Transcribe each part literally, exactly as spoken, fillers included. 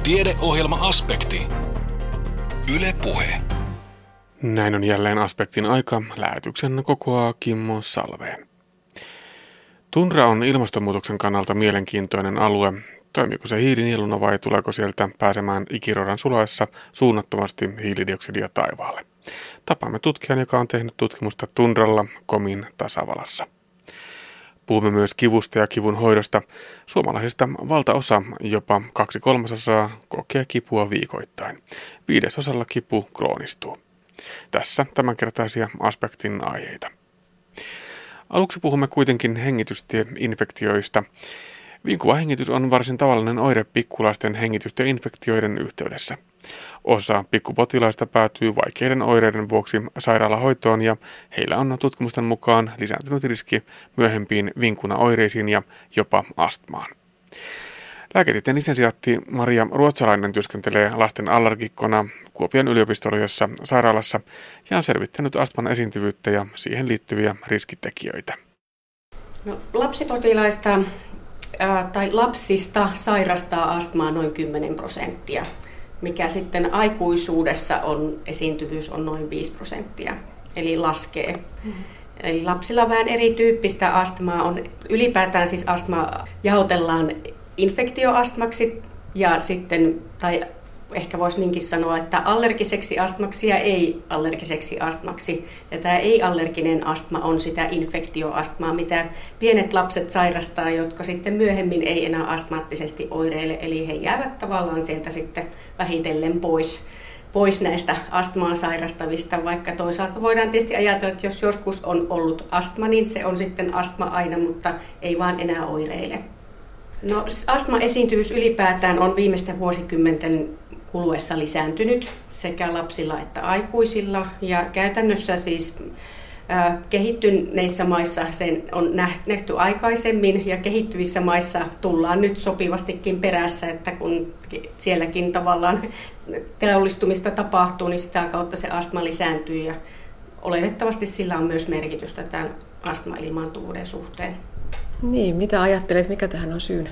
Tiedeohjelma-aspekti. Yle Puhe. Näin on jälleen aspektin aika. Lähetyksen kokoaa Kimmo Salveen. Tundra on ilmastonmuutoksen kannalta mielenkiintoinen alue. Toimiiko se hiilinieluna vai tuleeko sieltä pääsemään ikiroudan sulaessa suunnattomasti hiilidioksidia taivaalle? Tapaamme tutkijan, joka on tehnyt tutkimusta Tundralla Komin tasavallassa. Puhumme myös kivusta ja kivun hoidosta. Suomalaisista valtaosa, jopa kaksi kolmasosaa, kokee kipua viikoittain. Viidesosalla kipu kroonistuu. Tässä tämänkertaisia aspektin aiheita. Aluksi puhumme kuitenkin hengitystieinfektioista. Vinkuva hengitys on varsin tavallinen oire pikkulaisten hengitystieinfektioiden yhteydessä. Osa pikkupotilaista päätyy vaikeiden oireiden vuoksi sairaalahoitoon ja heillä on tutkimusten mukaan lisääntynyt riski myöhempiin vinkunaoireisiin ja jopa astmaan. Lääketieteen lisensiaatti Maria Ruotsalainen työskentelee lasten allergikkona Kuopion yliopistollisessa sairaalassa ja on selvittänyt astman esiintyvyyttä ja siihen liittyviä riskitekijöitä. No, lapsipotilaista ää, tai lapsista sairastaa astmaa noin kymmenen prosenttia, mikä sitten aikuisuudessa on esiintyvyys on noin viisi prosenttia, eli laskee. Mm-hmm. Eli lapsilla on vähän erityyppistä astmaa, on ylipäätään siis astmaa jaotellaan infektioastmaksi ja sitten, tai ehkä voisi niinkin sanoa, että allergiseksi astmaksi ja ei-allergiseksi astmaksi. Ja tämä ei-allerginen astma on sitä infektioastmaa, mitä pienet lapset sairastaa, jotka sitten myöhemmin ei enää astmaattisesti oireile. Eli he jäävät tavallaan sieltä sitten vähitellen pois, pois näistä astmaa sairastavista, vaikka toisaalta voidaan tietysti ajatella, että jos joskus on ollut astma, niin se on sitten astma aina, mutta ei vaan enää oireile. No, astma-esiintyvyys ylipäätään on viimeisten vuosikymmenten kuluessa lisääntynyt sekä lapsilla että aikuisilla. Ja käytännössä siis äh, kehittyneissä maissa sen on nähty aikaisemmin ja kehittyvissä maissa tullaan nyt sopivastikin perässä, että kun sielläkin tavallaan teollistumista tapahtuu, niin sitä kautta se astma lisääntyy ja oletettavasti sillä on myös merkitystä tämän astma-ilmaantuvuuden suhteen. Niin, mitä ajattelet, mikä tähän on syynä?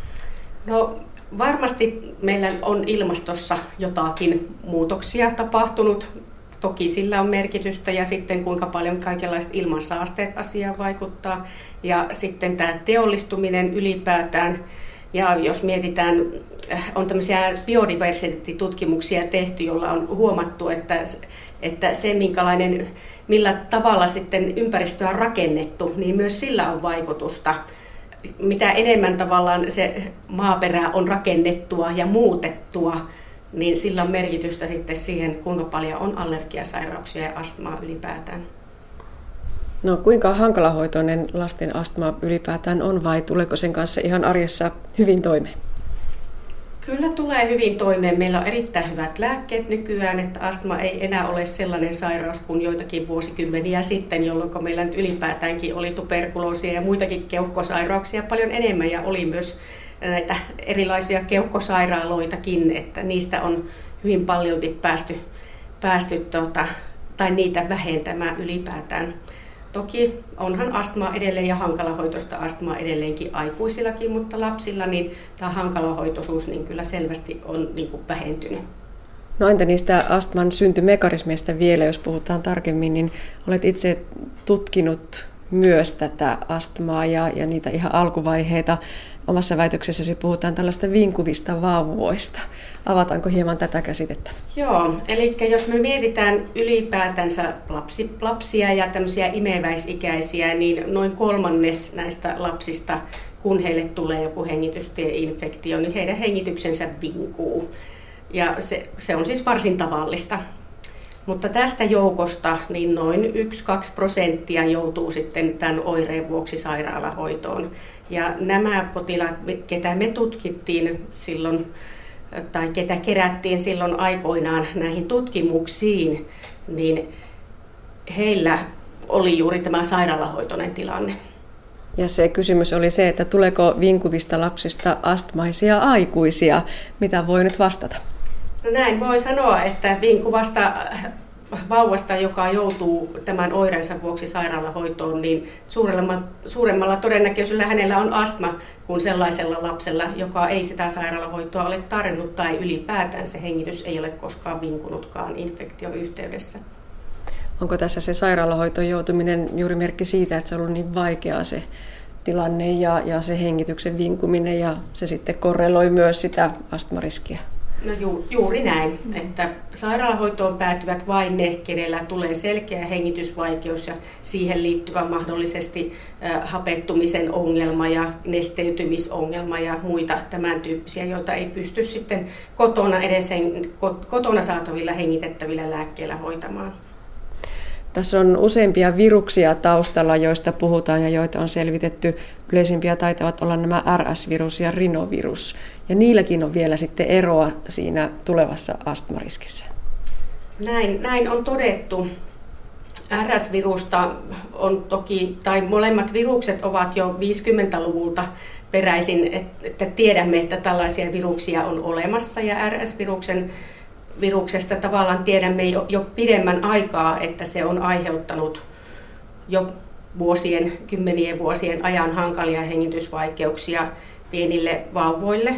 No varmasti meillä on ilmastossa jotakin muutoksia tapahtunut. Toki sillä on merkitystä ja sitten kuinka paljon kaikenlaiset ilmansaasteet asiaan vaikuttaa. Ja sitten tämä teollistuminen ylipäätään. Ja jos mietitään, on tämmöisiä biodiversiteettitutkimuksia tehty, jolla on huomattu, että, että se minkälainen, millä tavalla sitten ympäristöä on rakennettu, niin myös sillä on vaikutusta. Mitä enemmän tavallaan se maaperä on rakennettua ja muutettua, niin sillä on merkitystä sitten siihen, kuinka paljon on allergiasairauksia ja astmaa ylipäätään. No kuinka hankalahoitoinen lasten astma ylipäätään on vai tuleeko sen kanssa ihan arjessa hyvin toimeen? Kyllä tulee hyvin toimeen. Meillä on erittäin hyvät lääkkeet nykyään, että astma ei enää ole sellainen sairaus kuin joitakin vuosikymmeniä sitten, jolloin meillä nyt ylipäätäänkin oli tuberkuloosia ja muitakin keuhkosairauksia paljon enemmän ja oli myös näitä erilaisia keuhkosairaaloitakin, että niistä on hyvin paljolti päästy, päästy tuota, tai niitä vähentämään ylipäätään. Toki onhan astmaa edelleen ja hankalahoitoista astmaa edelleenkin aikuisillakin, mutta lapsilla niin tämä hankalahoitoisuus niin kyllä selvästi on niin kuin vähentynyt. No entä niistä astman syntymekanismeista vielä, jos puhutaan tarkemmin, niin olet itse tutkinut myös tätä astmaa ja, ja niitä ihan alkuvaiheita. Omassa väitöksessäsi puhutaan tällaista vinkuvista vauvoista. Avataanko hieman tätä käsitettä? Joo, eli jos me mietitään ylipäätänsä lapsi, lapsia ja tämmöisiä imeväisikäisiä, niin noin kolmannes näistä lapsista, kun heille tulee joku hengitystieinfektio, niin heidän hengityksensä vinkuu. Ja se, se on siis varsin tavallista. Mutta tästä joukosta niin noin yksi kaksi prosenttia joutuu sitten tämän oireen vuoksi sairaalahoitoon. Ja nämä potilaat, ketä me tutkittiin silloin, tai ketä kerättiin silloin aikoinaan näihin tutkimuksiin, niin heillä oli juuri tämä sairaalahoitoinen tilanne. Ja se kysymys oli se, että tuleeko vinkuvista lapsista astmaisia aikuisia? Mitä voi nyt vastata? No näin voi sanoa, että vinkuvasta vauvasta, joka joutuu tämän oireensa vuoksi sairaalahoitoon, niin suuremmalla, suuremmalla todennäköisyydellä hänellä on astma kuin sellaisella lapsella, joka ei sitä sairaalahoitoa ole tarjonnut tai ylipäätään se hengitys ei ole koskaan vinkunutkaan infektioyhteydessä. Onko tässä se sairaalahoitoon joutuminen juuri merkki siitä, että se on ollut niin vaikeaa se tilanne ja, ja se hengityksen vinkuminen ja se sitten korreloi myös sitä astmariskiä? No ju, juuri näin, että sairaalahoitoon päätyvät vain ne, kenellä tulee selkeä hengitysvaikeus ja siihen liittyvä mahdollisesti äh, hapettumisen ongelma ja nesteytymisongelma ja muita tämän tyyppisiä, joita ei pysty sitten kotona, edes, kotona saatavilla hengitettävillä lääkkeillä hoitamaan. Tässä on useampia viruksia taustalla, joista puhutaan ja joita on selvitetty. Yleisimpiä taitavat olla nämä R S-virus ja rinovirus. Ja niilläkin on vielä sitten eroa siinä tulevassa astmariskissä. Näin, näin on todettu. R S-virusta on toki, tai molemmat virukset ovat jo viisikymmentäluvulta peräisin, että tiedämme, että tällaisia viruksia on olemassa. Ja R S-viruksen viruksesta tavallaan tiedämme jo, jo pidemmän aikaa, että se on aiheuttanut jo vuosien, kymmenien vuosien ajan hankalia hengitysvaikeuksia pienille vauvoille.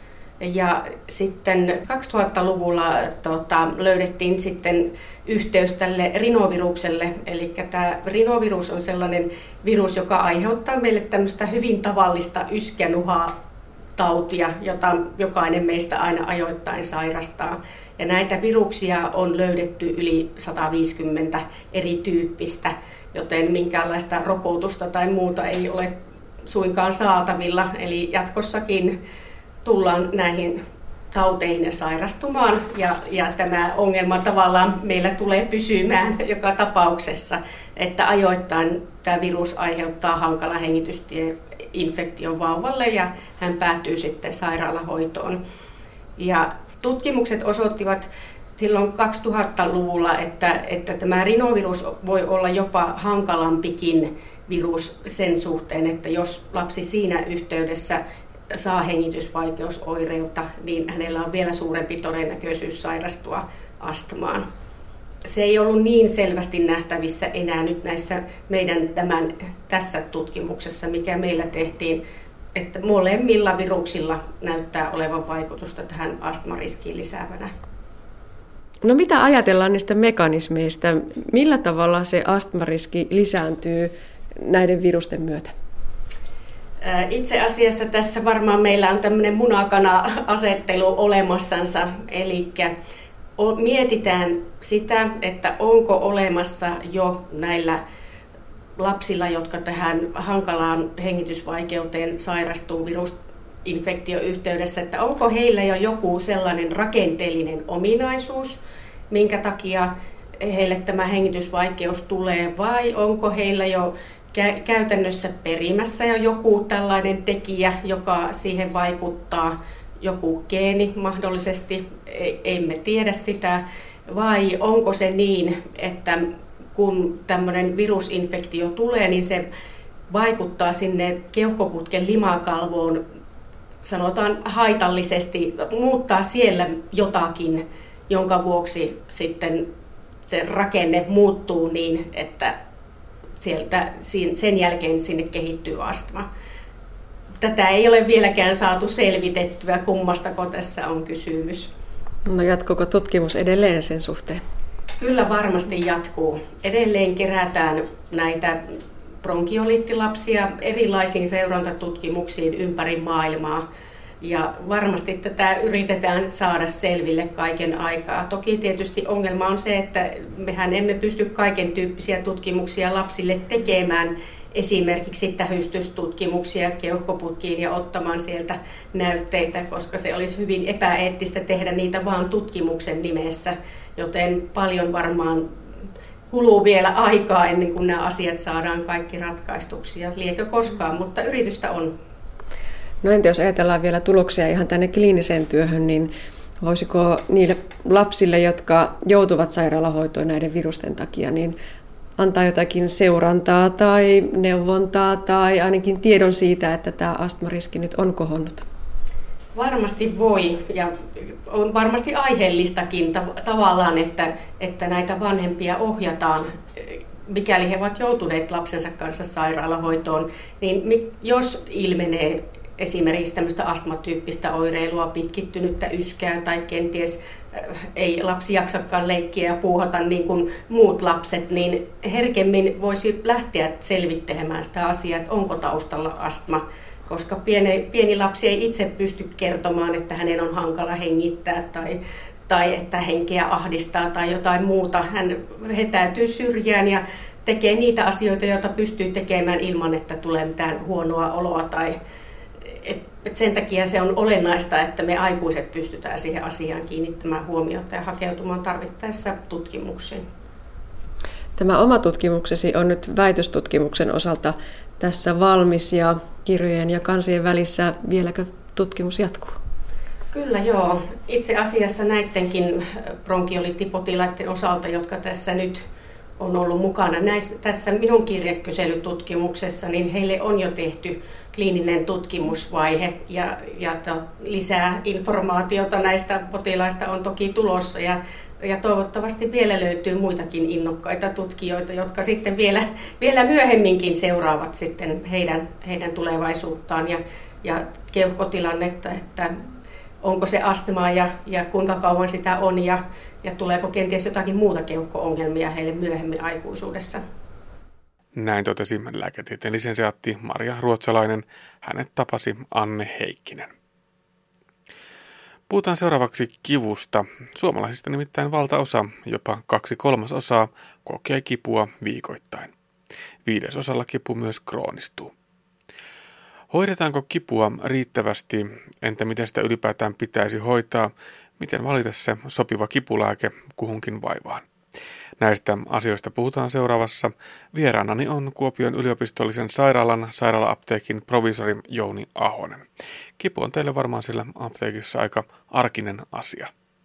Ja sitten kaksituhattaluvulla tota, löydettiin sitten yhteys tälle rinovirukselle. Eli tämä rinovirus on sellainen virus, joka aiheuttaa meille tämmöistä hyvin tavallista yskänuhaa tautia, jota jokainen meistä aina ajoittain sairastaa. Ja näitä viruksia on löydetty yli sata viisikymmentä eri tyyppistä, joten minkäänlaista rokotusta tai muuta ei ole suinkaan saatavilla. Eli jatkossakin tullaan näihin tauteihin sairastumaan ja, ja tämä ongelma tavallaan meillä tulee pysymään joka tapauksessa, että ajoittain tämä virus aiheuttaa hankala hengitystieinfektion vauvalle ja hän päätyy sitten sairaalahoitoon. Ja tutkimukset osoittivat silloin kaksituhattaluvulla, että, että tämä rinovirus voi olla jopa hankalampikin virus sen suhteen, että jos lapsi siinä yhteydessä saa hengitysvaikeusoireutta, niin hänellä on vielä suurempi todennäköisyys sairastua astmaan. Se ei ollut niin selvästi nähtävissä enää nyt näissä meidän tämän, tässä tutkimuksessa, mikä meillä tehtiin, että molemmilla viruksilla näyttää olevan vaikutusta tähän astmariskiin lisäävänä. No mitä ajatellaan niistä mekanismeista? Millä tavalla se astmariski lisääntyy näiden virusten myötä? Itse asiassa tässä varmaan meillä on tämmöinen munakana-asettelu olemassansa, eli mietitään sitä, että onko olemassa jo näillä lapsilla, jotka tähän hankalaan hengitysvaikeuteen sairastuu virusinfektioyhteydessä, että onko heillä jo joku sellainen rakenteellinen ominaisuus, minkä takia heille tämä hengitysvaikeus tulee, vai onko heillä jo käytännössä perimässä jo joku tällainen tekijä, joka siihen vaikuttaa, joku geeni mahdollisesti, emme tiedä sitä, vai onko se niin, että kun tämmöinen virusinfektio tulee, niin se vaikuttaa sinne keuhkoputken limakalvoon, sanotaan haitallisesti, muuttaa siellä jotakin, jonka vuoksi sitten se rakenne muuttuu niin, että sieltä, sen jälkeen sinne kehittyy astma. Tätä ei ole vieläkään saatu selvitettyä, kummastako tässä on kysymys. No jatkuuko tutkimus edelleen sen suhteen? Kyllä varmasti jatkuu. Edelleen kerätään näitä bronkioliittilapsia erilaisiin seurantatutkimuksiin ympäri maailmaa. Ja varmasti tätä yritetään saada selville kaiken aikaa. Toki tietysti ongelma on se, että mehän emme pysty kaiken tyyppisiä tutkimuksia lapsille tekemään. Esimerkiksi tähystystutkimuksia keuhkoputkiin ja ottamaan sieltä näytteitä, koska se olisi hyvin epäeettistä tehdä niitä vain tutkimuksen nimessä. Joten paljon varmaan kuluu vielä aikaa ennen kuin nämä asiat saadaan kaikki ratkaistuksi. Liekö koskaan, mutta yritystä on. No entä jos ajatellaan vielä tuloksia ihan tänne kliiniseen työhön, niin voisiko niille lapsille, jotka joutuvat sairaalahoitoon näiden virusten takia, niin antaa jotakin seurantaa tai neuvontaa tai ainakin tiedon siitä, että tämä astmariski nyt on kohonnut? Varmasti voi ja on varmasti aiheellistakin tav- tavallaan, että, että näitä vanhempia ohjataan, mikäli he ovat joutuneet lapsensa kanssa sairaalahoitoon, niin jos ilmenee esimerkiksi tämmöistä astmatyyppistä oireilua, pitkittynyttä yskää tai kenties ei lapsi jaksakaan leikkiä ja puuhata niin kuin muut lapset, niin herkemmin voisi lähteä selvittelemään sitä asiaa, että onko taustalla astma, koska pieni, pieni lapsi ei itse pysty kertomaan, että hänen on hankala hengittää tai, tai että henkeä ahdistaa tai jotain muuta. Hän hetäytyy syrjään ja tekee niitä asioita, joita pystyy tekemään ilman, että tulee mitään huonoa oloa tai Et, et sen takia se on olennaista, että me aikuiset pystytään siihen asiaan kiinnittämään huomiota ja hakeutumaan tarvittaessa tutkimuksiin. Tämä oma tutkimuksesi on nyt väitöstutkimuksen osalta tässä valmis ja kirjojen ja kansien välissä vieläkö tutkimus jatkuu? Kyllä joo. Itse asiassa näidenkin bronkioliittipotilaiden osalta, jotka tässä nyt on ollut mukana näissä, tässä minun kirjekyselytutkimuksessa, niin heille on jo tehty kliininen tutkimusvaihe ja, ja to, lisää informaatiota näistä potilaista on toki tulossa ja, ja toivottavasti vielä löytyy muitakin innokkaita tutkijoita, jotka sitten vielä, vielä myöhemminkin seuraavat sitten heidän, heidän tulevaisuuttaan ja, ja keuhkotilannetta, että onko se astmaa ja, ja kuinka kauan sitä on ja, ja tuleeko kenties jotakin muuta keuhko-ongelmia heille myöhemmin aikuisuudessa. Näin totesi lääketieteen lisensiaatti Maria Ruotsalainen. Hänet tapasi Anne Heikkinen. Puhutaan seuraavaksi kivusta. Suomalaisista nimittäin valtaosa, jopa kaksi kolmasosaa, kokee kipua viikoittain. Viidesosalla kipu myös kroonistuu. Hoidetaanko kipua riittävästi? Entä miten sitä ylipäätään pitäisi hoitaa? Miten valita se sopiva kipulääke kuhunkin vaivaan? Näistä asioista puhutaan seuraavassa. Vieraanani on Kuopion yliopistollisen sairaalan sairaala-apteekin proviisori Jouni Ahonen. Kipu on teille varmaan siellä apteekissa aika arkinen asia.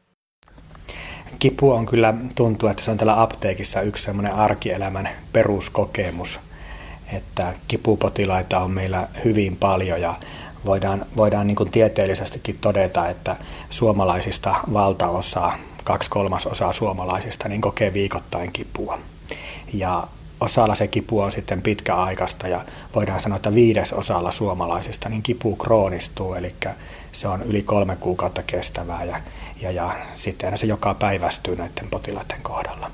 Kipu on kyllä, tuntuu, että se on täällä apteekissa yksi semmoinen arkielämän peruskokemus, että kipupotilaita on meillä hyvin paljon ja voidaan, voidaan niin kuin tieteellisestikin todeta, että suomalaisista valtaosa, kaksi kolmasosaa suomalaisista niin kokee viikoittain kipua. Ja osalla se kipu on sitten pitkäaikaista ja voidaan sanoa, että viidesosalla suomalaisista niin kipu kroonistuu, eli se on yli kolme kuukautta kestävää ja, ja, ja sitten se joka päivästyy näiden potilaiden kohdalla.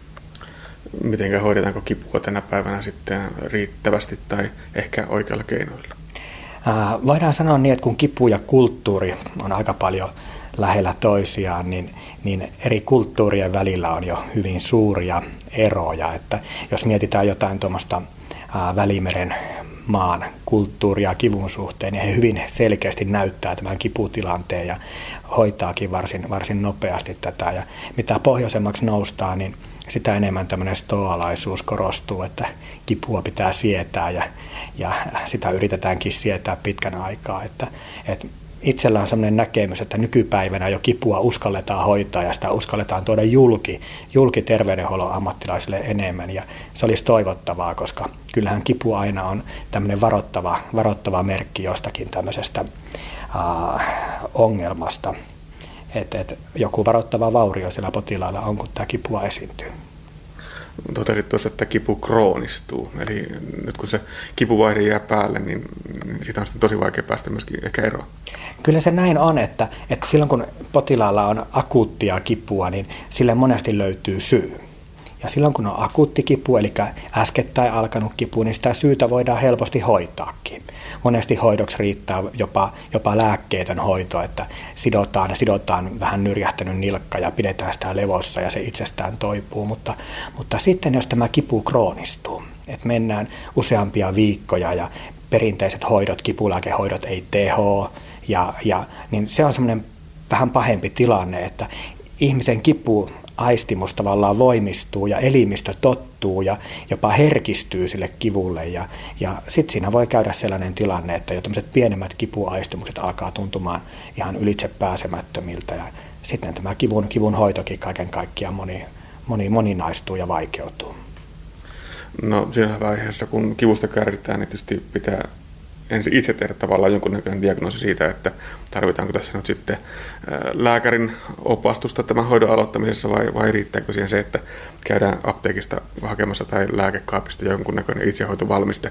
Mitenkä hoidetaanko kipua tänä päivänä sitten riittävästi tai ehkä oikealla keinoilla? Ää, voidaan sanoa niin, että kun kipu ja kulttuuri on aika paljon lähellä toisiaan, niin, niin eri kulttuurien välillä on jo hyvin suuria eroja. Että jos mietitään jotain tuommoista Välimeren maan kulttuuria kivun suhteen, niin he hyvin selkeästi näyttää tämän kiputilanteen ja hoitaakin varsin, varsin nopeasti tätä. Ja mitä pohjoisemmaksi noustaan, niin sitä enemmän tämmöinen stoalaisuus korostuu, että kipua pitää sietää ja, ja sitä yritetäänkin sietää pitkän aikaa. Että, että itsellä on sellainen näkemys, että nykypäivänä jo kipua uskalletaan hoitaa ja sitä uskalletaan tuoda julki, julki terveydenhuollon ammattilaisille enemmän. Ja se olisi toivottavaa, koska kyllähän kipu aina on tämmöinen varoittava, varoittava merkki jostakin tämmöisestä äh, ongelmasta. Että et joku varoittava vaurio siellä potilaalla on, kun tämä kipua esiintyy. Totesit tuossa, että kipu kroonistuu. Eli nyt kun se kipuvaihe jää päälle, niin siitä on sitten tosi vaikea päästä myöskin ehkä eroon. Kyllä se näin on, että, että silloin kun potilaalla on akuuttia kipua, niin sille monesti löytyy syy. Ja silloin kun on akuutti kipu, eli äskettäin alkanut kipu, niin sitä syytä voidaan helposti hoitaakin. Monesti hoidoksi riittää jopa, jopa lääkkeetön hoito, että sidotaan, sidotaan vähän nyrjähtänyt nilkka ja pidetään sitä levossa ja se itsestään toipuu. Mutta, mutta sitten jos tämä kipu kroonistuu, että mennään useampia viikkoja ja perinteiset hoidot, kipulääkehoidot ei tehoa, ja, ja, niin se on semmoinen vähän pahempi tilanne, että ihmisen kipu aistimus tavallaan voimistuu ja elimistö tottuu ja jopa herkistyy sille kivulle. Ja, ja sitten siinä voi käydä sellainen tilanne, että jo tämmöiset pienemmät kipuaistimukset alkaa tuntumaan ihan ylitse pääsemättömiltä. Ja sitten tämä kivun, kivun hoitokin kaiken kaikkiaan moni, moni, moninaistuu ja vaikeutuu. No siinä vaiheessa, kun kivusta kärsitään, niin tietysti pitää ensin itse tehdä tavallaan jonkunnäköinen diagnoosi siitä, että tarvitaanko tässä nyt sitten lääkärin opastusta tämän hoidon aloittamisessa vai, vai riittääkö siihen se, että käydään apteekista hakemassa tai lääkekaapista jonkunnäköinen itsehoitovalmiste.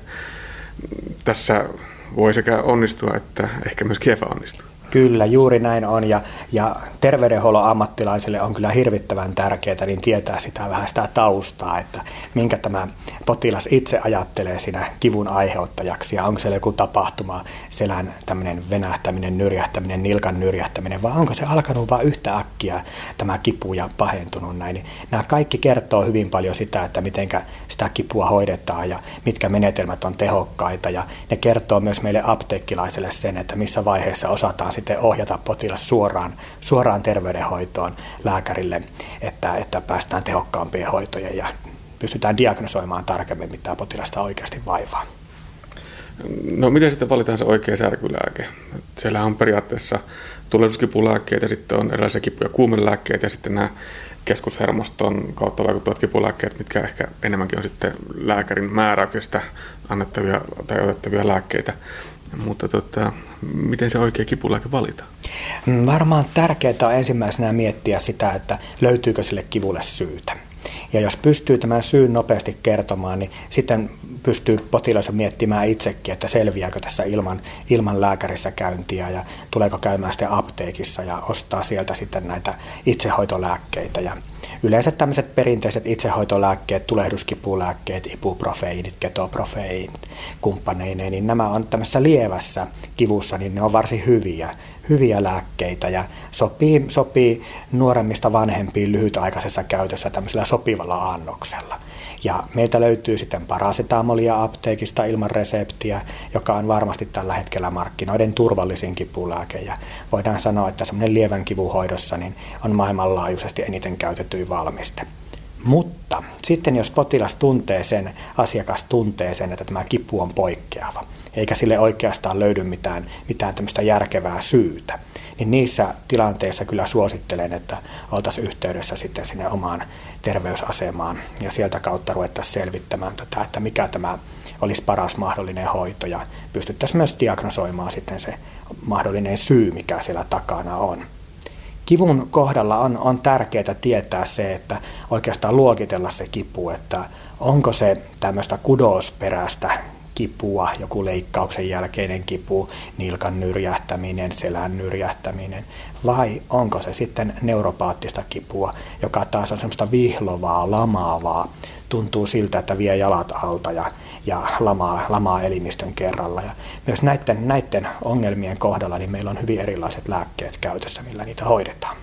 Tässä voi sekä onnistua että ehkä myöskin epäonnistua. Kyllä, juuri näin on ja, ja terveydenhuollon ammattilaisille on kyllä hirvittävän tärkeää niin tietää sitä vähän sitä taustaa, että minkä tämä potilas itse ajattelee siinä kivun aiheuttajaksi ja onko siellä joku tapahtuma, selän tämmöinen venähtäminen, nyrjähtäminen, nilkan nyrjähtäminen vai onko se alkanut vain yhtä äkkiä tämä kipu ja pahentunut näin. Niin nämä kaikki kertoo hyvin paljon sitä, että miten sitä kipua hoidetaan ja mitkä menetelmät on tehokkaita ja ne kertoo myös meille apteekkilaisille sen, että missä vaiheessa osataan sitten ohjata potilas suoraan, suoraan terveydenhoitoon lääkärille, että, että päästään tehokkaampien hoitojen ja pystytään diagnosoimaan tarkemmin, mitä potilasta oikeasti vaivaa. No miten sitten valitaan se oikea särkylääke? Siellä on periaatteessa tulehduskipulääkkeitä, sitten on erilaisia kipu- ja kuumelääkkeitä ja sitten nämä keskushermoston kautta vaikuttavat kipulääkkeet, mitkä ehkä enemmänkin on sitten lääkärin määräyksestä annettavia tai otettavia lääkkeitä. Mutta tota, miten se oikea kipulääke valitaan? Varmaan tärkeää on ensimmäisenä miettiä sitä, että löytyykö sille kivulle syytä. Ja jos pystyy tämän syyn nopeasti kertomaan, niin sitten pystyy potilas miettimään itsekin, että selviääkö tässä ilman, ilman lääkärissä käyntiä ja tuleeko käymään sitten apteekissa ja ostaa sieltä sitten näitä itsehoitolääkkeitä. Ja yleensä tämmöiset perinteiset itsehoitolääkkeet, tulehduskipulääkkeet, ibuprofeiinit, ketoprofeiinit kumppaneineen, niin nämä on tämmöisessä lievässä kivussa, niin ne on varsin hyviä. hyviä lääkkeitä ja sopii, sopii nuoremmista vanhempiin lyhytaikaisessa käytössä tämmöisellä sopivalla annoksella. Ja meiltä löytyy sitten parasetamolia apteekista ilman reseptiä, joka on varmasti tällä hetkellä markkinoiden turvallisin kipulääke. Ja voidaan sanoa, että semmoinen lievän kivun hoidossa niin on maailmanlaajuisesti eniten käytetty valmiste. Mutta sitten jos potilas tuntee sen, asiakas tuntee sen, että tämä kipu on poikkeava, eikä sille oikeastaan löydy mitään, mitään tämmöistä järkevää syytä, niin niissä tilanteissa kyllä suosittelen, että oltaisiin yhteydessä sitten sinne omaan terveysasemaan ja sieltä kautta ruvettaisiin selvittämään tätä, että mikä tämä olisi paras mahdollinen hoito ja pystyttäisiin myös diagnosoimaan sitten se mahdollinen syy, mikä siellä takana on. Kivun kohdalla on, on tärkeää tietää se, että oikeastaan luokitella se kipu, että onko se tämmöistä kudosperäistä kipua, joku leikkauksen jälkeinen kipu, nilkan nyrjähtäminen, selän nyrjähtäminen, vai onko se sitten neuropaattista kipua, joka taas on semmoista vihlovaa, lamaavaa, tuntuu siltä, että vie jalat alta ja, ja lamaa, lamaa elimistön kerralla. Ja myös näiden, näiden ongelmien kohdalla niin meillä on hyvin erilaiset lääkkeet käytössä, millä niitä hoidetaan.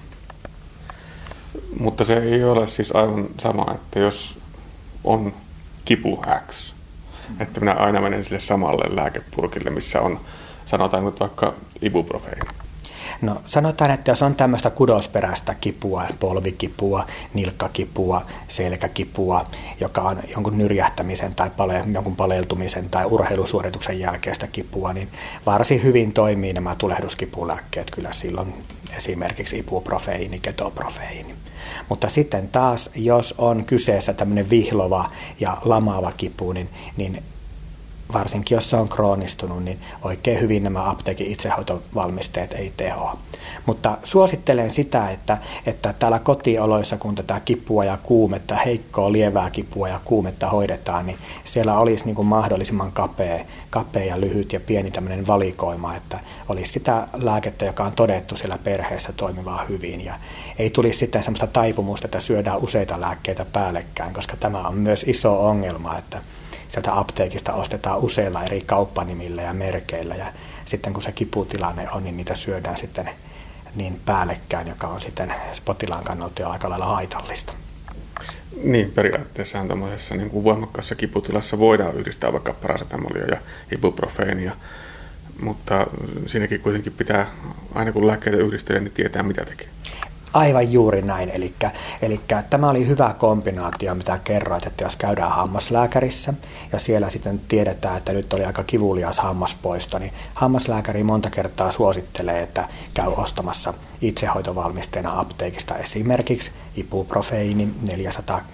Mutta se ei ole siis aivan sama, että jos on kipu X, että minä aina menen sille samalle lääkepurkille, missä on, sanotaan nyt vaikka ibuprofeini. No sanotaan, että jos on tämmöistä kudosperäistä kipua, polvikipua, nilkkakipua, selkäkipua, joka on jonkun nyrjähtämisen tai pale, jonkun paleltumisen tai urheilusuorituksen jälkeistä kipua, niin varsin hyvin toimii nämä tulehduskipulääkkeet kyllä silloin, esimerkiksi ibuprofeiini, ketoprofeiini. Mutta sitten taas, jos on kyseessä tämmöinen vihlova ja lamaava kipu, niin, niin varsinkin jos se on kroonistunut, niin oikein hyvin nämä apteekin itsehoitovalmisteet ei tehoa. Mutta suosittelen sitä, että, että täällä kotioloissa, kun tätä kipua ja kuumetta, heikkoa lievää kipua ja kuumetta hoidetaan, niin siellä olisi niin kuin mahdollisimman kapea, kapea ja lyhyt ja pieni tämmöinen valikoima, että olisi sitä lääkettä, joka on todettu siellä perheessä toimivaa hyvin. Ja ei tulisi sitten semmoista taipumusta, että syödään useita lääkkeitä päällekkäin, koska tämä on myös iso ongelma, että sieltä apteekista ostetaan useilla eri kauppanimillä ja merkeillä ja sitten kun se kiputilanne on, niin niitä syödään sitten niin päällekkäin, joka on sitten potilaan kannalta jo aika lailla haitallista. Niin, periaatteessahan tämmöisessä niin kuin voimakkaassa kiputilassa voidaan yhdistää vaikka parasetamolia ja ibuprofeenia, mutta siinäkin kuitenkin pitää, aina kun lääkkeitä yhdistelee, niin tietää mitä tekee. Aivan juuri näin. Eli, eli tämä oli hyvä kombinaatio, mitä kerroit, että jos käydään hammaslääkärissä ja siellä sitten tiedetään, että nyt oli aika kivulias hammaspoisto, niin hammaslääkäri monta kertaa suosittelee, että käy ostamassa itsehoitovalmisteena apteekista esimerkiksi ibuprofeiini neljäsataa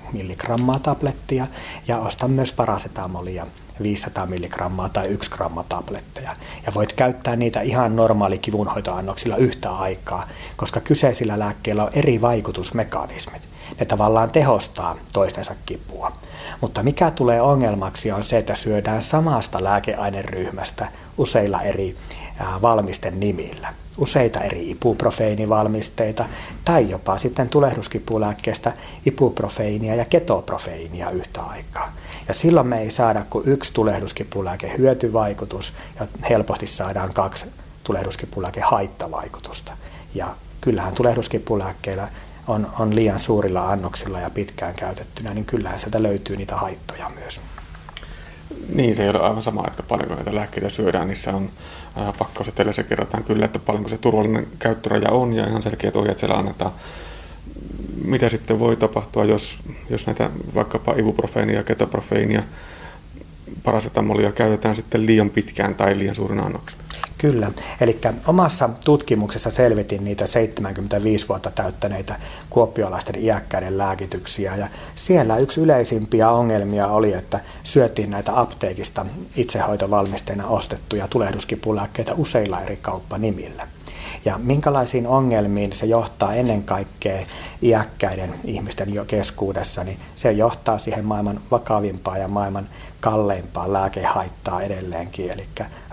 milligrammaa tablettia ja ostan myös parasetamolia viisisataa milligrammaa tai yksi gramma tabletteja. Ja voit käyttää niitä ihan normaali kivunhoitoannoksilla yhtä aikaa, koska kyseisillä lääkkeillä on eri vaikutusmekanismit. Ne tavallaan tehostaa toistensa kipua. Mutta mikä tulee ongelmaksi on se, että syödään samasta lääkeaineryhmästä useilla eri valmisten nimillä. Useita eri ibuprofeinivalmisteita tai jopa sitten tulehduskipulääkkeestä ibuprofeiinia ja ketoprofeiinia yhtä aikaa. Ja silloin me ei saada kuin yksi tulehduskipulääke hyötyvaikutus ja helposti saadaan kaksi tulehduskipulääke haittavaikutusta. Ja kyllähän tulehduskipulääkkeillä on, on liian suurilla annoksilla ja pitkään käytettynä, niin kyllähän sieltä löytyy niitä haittoja myös. Niin, se ei ole aivan sama, että paljonko näitä lääkkeitä syödään. Niissä on ää, pakkauseteleessä kerrotaan kyllä, että paljonko se turvallinen käyttöraja on ja ihan selkeät ohjeet siellä annetaan. Mitä sitten voi tapahtua, jos, jos näitä vaikkapa ibuprofeenia ja ketoprofeiinia, parasetamolia käytetään sitten liian pitkään tai liian suurin annoksen? Kyllä. Eli omassa tutkimuksessa selvitin niitä seitsemänkymmentäviisi vuotta täyttäneitä kuoppiolaisten iäkkäiden lääkityksiä. Ja siellä yksi yleisimpiä ongelmia oli, että syötiin näitä apteekista itsehoitovalmisteina ostettuja tulehduskipulääkkeitä useilla eri kauppanimillä. Ja minkälaisiin ongelmiin se johtaa ennen kaikkea iäkkäiden ihmisten jo keskuudessa, niin se johtaa siihen maailman vakavimpaan ja maailman kalleimpaan lääkehaittaa edelleenkin, eli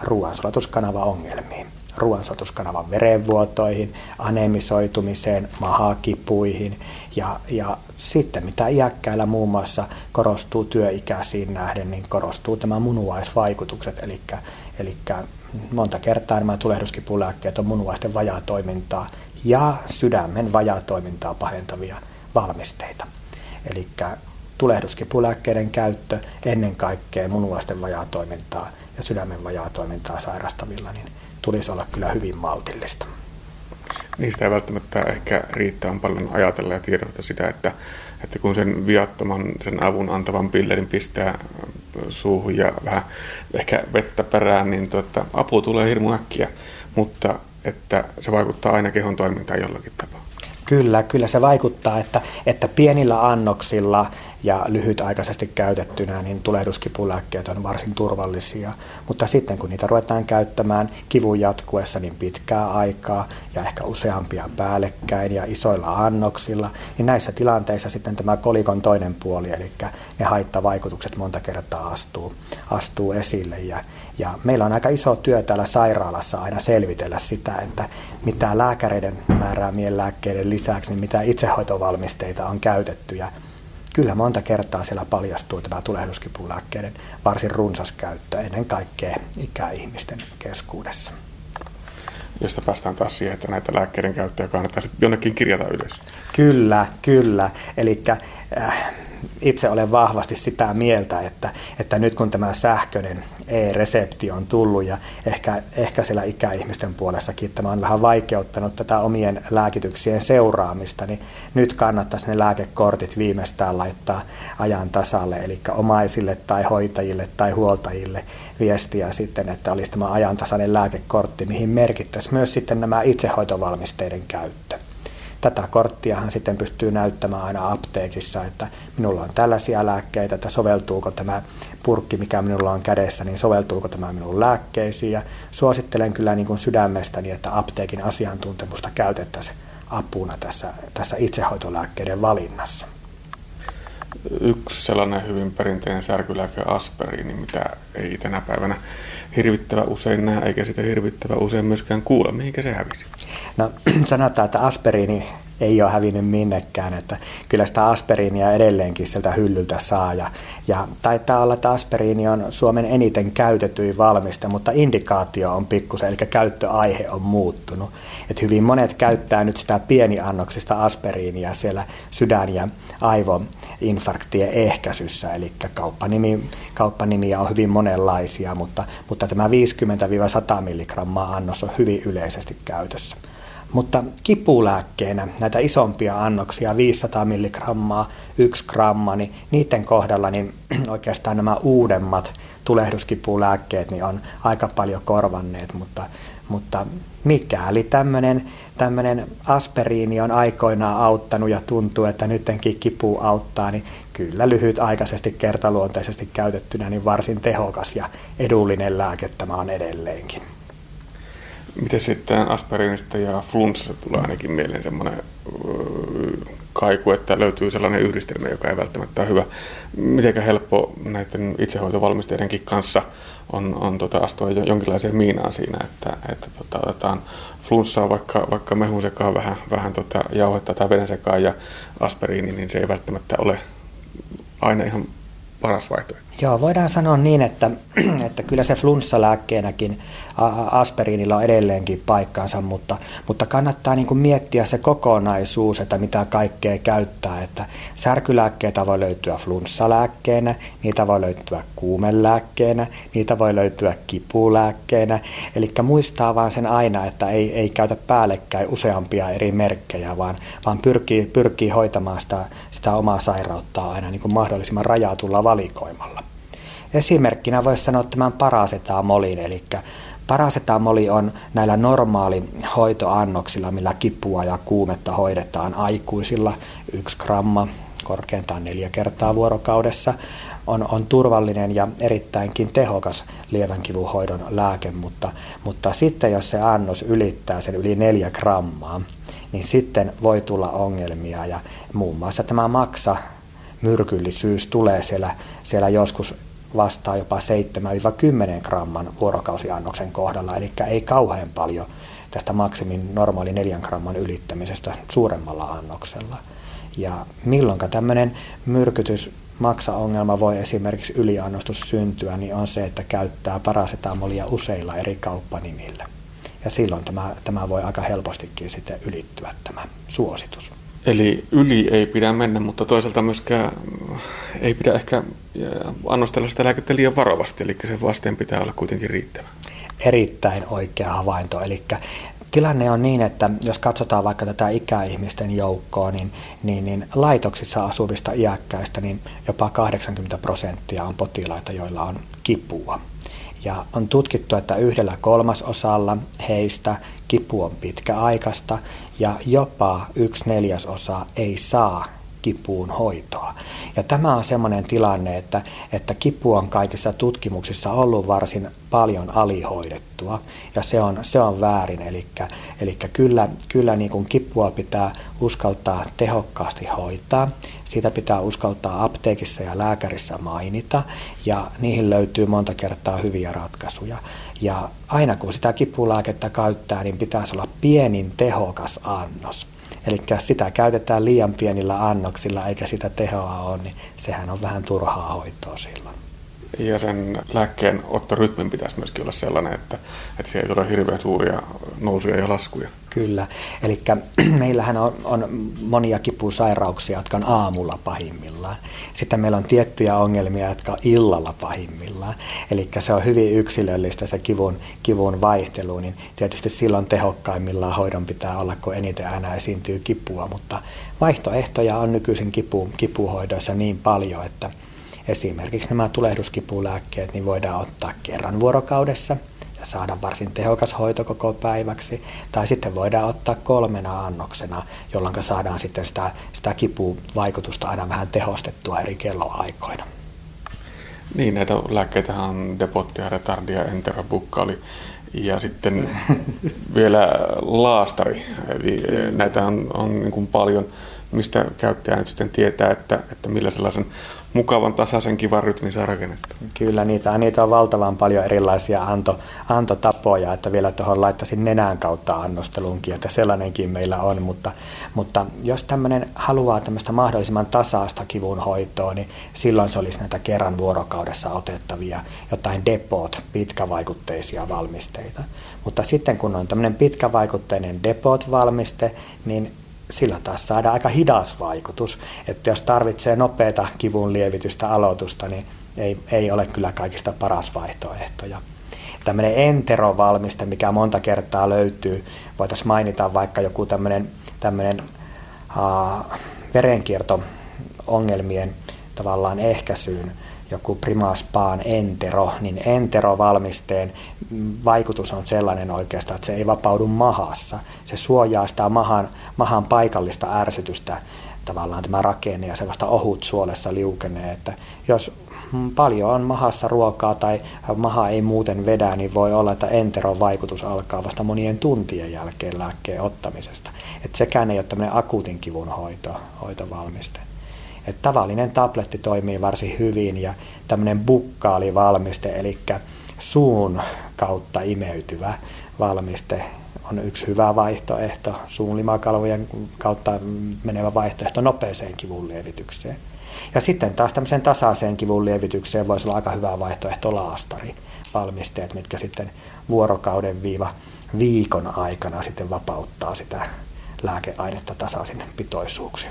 ruoansulatuskanavan-ongelmiin. Ruoansulatuskanavan verenvuotoihin, anemisoitumiseen, mahakipuihin ja, ja sitten mitä iäkkäillä muun muassa korostuu työikäisiin nähden, niin korostuu tämä munuaisvaikutukset, eli, eli monta kertaa nämä tulehduskipulääkkeet on munuaisten vajaatoimintaa ja sydämen vajaatoimintaa pahentavia valmisteita. Eli tulehduskipulääkkeiden käyttö ennen kaikkea munuaisten vajaatoimintaa ja sydämen vajaatoimintaa sairastavilla niin tulisi olla kyllä hyvin maltillista. Niistä ei välttämättä ehkä riittää on paljon ajatella ja tiedostaa sitä, että, että kun sen viattoman, sen avun antavan pillerin pistää suuhun ja vähän ehkä vettä perään, niin tuota, apu tulee hirmu äkkiä, mutta että se vaikuttaa aina kehon toimintaan jollakin tapaa. Kyllä, kyllä se vaikuttaa, että, että pienillä annoksilla ja lyhytaikaisesti käytettynä niin tulehduskipulääkkeet on varsin turvallisia, mutta sitten kun niitä ruvetaan käyttämään kivun jatkuessa niin pitkää aikaa ja ehkä useampia päällekkäin ja isoilla annoksilla, niin näissä tilanteissa sitten tämä kolikon toinen puoli, eli ne haittavaikutukset monta kertaa astuu, astuu esille. Ja, ja meillä on aika iso työ täällä sairaalassa aina selvitellä sitä, että mitä lääkäreiden määräämien lääkkeiden lisäksi, niin mitä itsehoitovalmisteita on käytetty. Ja kyllä monta kertaa siellä paljastuu tämä tulehduskipulääkkeiden varsin runsas käyttö ennen kaikkea ikäihmisten keskuudessa. Josta päästään taas siihen, että näitä lääkkeiden käyttöjä kannattaisi jonnekin kirjata ylös. Kyllä, kyllä. Eli äh, itse olen vahvasti sitä mieltä, että, että nyt kun tämä sähköinen e-resepti on tullut ja ehkä, ehkä siellä ikäihmisten puolessakin tämä on vähän vaikeuttanut tätä omien lääkityksien seuraamista, niin nyt kannattaisi ne lääkekortit viimeistään laittaa ajan tasalle, eli omaisille tai hoitajille tai huoltajille viestiä sitten, että olisi tämä ajantasainen lääkekortti, mihin merkittäisiin myös sitten nämä itsehoitovalmisteiden käyttö. Tätä korttiahan sitten pystyy näyttämään aina apteekissa, että minulla on tällaisia lääkkeitä, että soveltuuko tämä purkki, mikä minulla on kädessä, niin soveltuuko tämä minun lääkkeisiin. Ja suosittelen kyllä niin kuin sydämestäni, että apteekin asiantuntemusta käytettäisiin apuna tässä, tässä itsehoitolääkkeiden valinnassa. Yksi sellainen hyvin perinteinen särkylääke aspiriini, mitä ei tänä päivänä hirvittävä usein näe, eikä sitä hirvittävä usein myöskään kuule. Mihinkä se hävisi? No sanotaan, että aspiriini ei ole hävinnyt minnekään, että kyllä sitä aspiriinia edelleenkin sieltä hyllyltä saa. Ja, ja taitaa olla, että aspiriini on Suomen eniten käytetyin valmiste, mutta indikaatio on pikkusen, eli käyttöaihe on muuttunut. Et hyvin monet käyttää nyt sitä pieniannoksista aspiriinia siellä sydän- ja aivoinfarktien ehkäisyssä, eli kauppanimi, kauppanimiä on hyvin monenlaisia, mutta, mutta tämä viisikymmentä sata milligrammaa annos on hyvin yleisesti käytössä. Mutta kipulääkkeenä näitä isompia annoksia, viisisataa milligrammaa, yksi gramma, niin niiden kohdalla niin oikeastaan nämä uudemmat tulehduskipulääkkeet niin on aika paljon korvanneet, mutta, mutta mikäli tämmöinen tämmöinen aspiriini on aikoinaan auttanut ja tuntuu, että nytkin kipu auttaa, niin kyllä lyhytaikaisesti kertaluonteisesti käytettynä niin varsin tehokas ja edullinen lääke tämä on edelleenkin. Miten sitten aspiriinista ja flunssasta tulee ainakin mieleen semmoinen kaiku, että löytyy sellainen yhdistelmä, joka ei välttämättä ole hyvä. Mitenkä helppo näiden itsehoitovalmisteidenkin kanssa on, on tota, astua jonkinlaiseen miinaan siinä, että, että tota, otetaan flunssaa vaikka, vaikka mehun sekaan vähän, vähän tota, jauhetta tai veden sekaan ja aspiriini, niin se ei välttämättä ole aina ihan paras vaihtoehto. Joo, voidaan sanoa niin, että, että kyllä se flunssalääkkeenäkin aspiriinilla on edelleenkin paikkaansa, mutta, mutta kannattaa niin kuin miettiä se kokonaisuus, että mitä kaikkea käyttää. Että särkylääkkeitä voi löytyä flunssalääkkeenä, niitä voi löytyä kuumelääkkeenä, niitä voi löytyä kipulääkkeenä. Eli muistaa vaan sen aina, että ei, ei käytä päällekkäin useampia eri merkkejä, vaan, vaan pyrkii, pyrkii hoitamaan sitä, sitä omaa sairauttaa aina niin kuin mahdollisimman rajatulla valikoimalla. Esimerkkinä voisi sanoa tämän parasetamolin, eli parasetamoli on näillä normaalihoitoannoksilla, millä kipua ja kuumetta hoidetaan aikuisilla yksi gramma, korkeintaan neljä kertaa vuorokaudessa. On, on turvallinen ja erittäinkin tehokas lievän kivun hoidon lääke, mutta, mutta sitten jos se annos ylittää sen yli neljä grammaa, niin sitten voi tulla ongelmia ja muun muassa tämä maksa myrkyllisyys tulee siellä, siellä joskus vastaa jopa seitsemästä kymmeneen gramman vuorokausiannoksen kohdalla, eli ei kauhean paljon tästä maksimin normaali neljän gramman ylittämisestä suuremmalla annoksella. Ja milloinka tämmöinen myrkytys maksaongelma voi esimerkiksi yliannostus syntyä, niin on se, että käyttää parasetamolia useilla eri kauppanimillä. Ja silloin tämä, tämä voi aika helpostikin sitten ylittyä tämä suositus. Eli yli ei pidä mennä, mutta toisaalta myöskään ei pidä ehkä annostella sitä lääkettä liian varovasti, eli se vasteen pitää olla kuitenkin riittävä. Erittäin oikea havainto. Eli tilanne on niin, että jos katsotaan vaikka tätä ikäihmisten joukkoa, niin, niin, niin laitoksissa asuvista iäkkäistä niin jopa kahdeksankymmentä prosenttia on potilaita, joilla on kipua. Ja on tutkittu, että yhdellä kolmasosalla heistä kipu on pitkäaikaista ja jopa yksi neljäsosa ei saa kipuun hoitoa. Ja tämä on semmoinen tilanne, että, että kipu on kaikissa tutkimuksissa ollut varsin paljon alihoidettua ja se on, se on väärin. Eli, eli kyllä, kyllä niin kuin kipua pitää uskaltaa tehokkaasti hoitaa. Siitä pitää uskaltaa apteekissa ja lääkärissä mainita ja niihin löytyy monta kertaa hyviä ratkaisuja. Ja aina kun sitä kipulääkettä käyttää, niin pitäisi olla pienin tehokas annos. Eli sitä käytetään liian pienillä annoksilla eikä sitä tehoa ole, niin sehän on vähän turhaa hoitoa silloin. Ja sen lääkkeen ottorytmin pitäisi myöskin olla sellainen, että, että siellä ei tule hirveän suuria nousuja ja laskuja. Kyllä. Eli meillähän on, on monia kipusairauksia, jotka on aamulla pahimmillaan. Sitten meillä on tiettyjä ongelmia, jotka on illalla pahimmillaan. Eli se on hyvin yksilöllistä se kivun, kivun vaihtelu, niin tietysti silloin tehokkaimmillaan hoidon pitää olla, kun eniten aina esiintyy kipua. Mutta vaihtoehtoja on nykyisin kipu, kipuhoidoissa niin paljon, että esimerkiksi nämä tulehduskipulääkkeet niin voidaan ottaa kerran vuorokaudessa ja saada varsin tehokas hoito koko päiväksi. Tai sitten voidaan ottaa kolmena annoksena, jolloin saadaan sitten sitä, sitä kipuvaikutusta aina vähän tehostettua eri kelloaikoina. Niin, näitä lääkkeitä on Depottia, Retardia, Enterobukali ja sitten vielä laastari. Eli näitä on, on niin kuin paljon, mistä käyttäjä nyt sitten tietää, että, että millä sellaisen mukavan tasaisen kivan rytmin saa rakennettu. Kyllä, niitä, niitä on valtavan paljon erilaisia anto, antotapoja, että vielä tuohon laittaisin nenän kautta annostelunkin, että sellainenkin meillä on, mutta, mutta jos tämmöinen haluaa tämmöistä mahdollisimman tasaista kivun hoitoa, niin silloin se olisi näitä kerran vuorokaudessa otettavia jotain Depot, pitkävaikutteisia valmisteita. Mutta sitten kun on tämmöinen pitkävaikutteinen Depot-valmiste, niin sillä taas saadaan aika hidas vaikutus, että jos tarvitsee nopeata kivun lievitystä aloitusta, niin ei, ei ole kyllä kaikista paras vaihtoehto. Ja tämmöinen enterovalmiste, mikä monta kertaa löytyy, voitaisiin mainita vaikka joku tämmöinen, tämmöinen uh, verenkierto-ongelmien tavallaan ehkäisyyn joku Primaspan Entero, niin Entero-valmisteen vaikutus on sellainen oikeastaan, että se ei vapaudu mahassa. Se suojaa sitä mahan, mahan paikallista ärsytystä, tavallaan tämä rakenne, ja se vasta ohut suolessa liukenee, että jos paljon on mahassa ruokaa tai maha ei muuten vedä, niin voi olla, että Enteron vaikutus alkaa vasta monien tuntien jälkeen lääkkeen ottamisesta. Että sekään ei ole tämmöinen akuutin kivun hoito, hoitovalmiste. Että tavallinen tabletti toimii varsin hyvin ja tämmöinen bukkaalivalmiste, eli suun kautta imeytyvä valmiste on yksi hyvä vaihtoehto, suun limakalvojen kautta menevä vaihtoehto nopeeseen kivun lievitykseen. Ja sitten taas tämmöiseen tasaiseen kivun lievitykseen voisi olla aika hyvä vaihtoehto laastarivalmisteet, mitkä sitten vuorokauden viiva viikon aikana sitten vapauttaa sitä lääkeainetta tasaisin pitoisuuksia.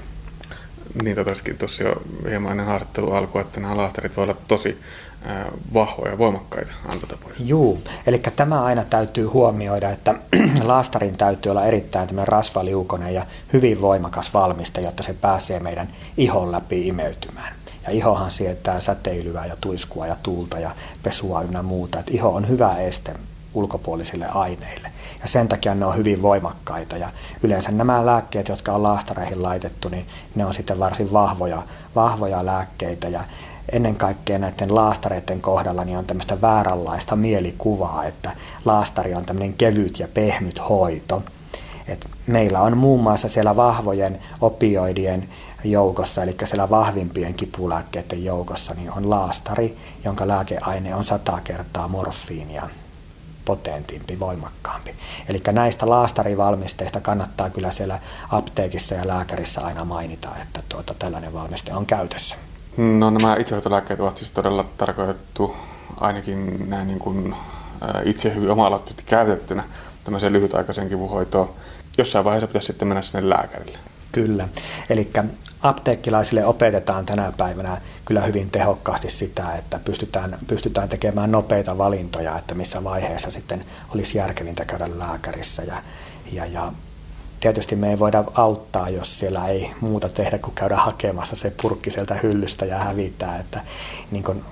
Niin totesikin tuossa jo hieman ennen haastattelun alkua, että nämä laastarit voivat olla tosi äh, vahvoja ja voimakkaita antotapoja. Juu, eli tämä aina täytyy huomioida, että laastarin täytyy olla erittäin tämmöinen rasvaliukoinen ja hyvin voimakas valmiste, jotta se pääsee meidän ihon läpi imeytymään. Ja ihohan sietää säteilyä ja tuiskua ja tuulta ja pesua ynnä muuta. Et iho on hyvä este ulkopuolisille aineille. Ja sen takia ne on hyvin voimakkaita. Ja yleensä nämä lääkkeet, jotka on laastareihin laitettu, niin ne on sitten varsin vahvoja, vahvoja lääkkeitä. Ja ennen kaikkea näiden laastareiden kohdalla niin on tämmöistä vääränlaista mielikuvaa, että laastari on tämmöinen kevyt ja pehmyt hoito. Et meillä on muun muassa siellä vahvojen opioidien joukossa, eli siellä vahvimpien kipulääkkeiden joukossa, niin on laastari, jonka lääkeaine on sata kertaa morfiinia potentimpi, voimakkaampi. Eli näistä laastarivalmisteista kannattaa kyllä siellä apteekissa ja lääkärissä aina mainita, että tuota, tällainen valmiste on käytössä. No nämä itsehoitolääkkeet ovat siis todella tarkoitettu ainakin näin niin kuin itse hyvin oma-aloitteisesti käytettynä tämmöiseen lyhytaikaiseen kivunhoitoon. Jossain vaiheessa pitäisi sitten mennä sinne lääkärille. Kyllä. Eli apteekkilaisille opetetaan tänä päivänä kyllä hyvin tehokkaasti sitä, että pystytään, pystytään tekemään nopeita valintoja, että missä vaiheessa sitten olisi järkevintä käydä lääkärissä. Ja, ja, ja tietysti me ei voida auttaa, jos siellä ei muuta tehdä kuin käydä hakemassa se purkki sieltä hyllystä ja hävittää, että niin kuin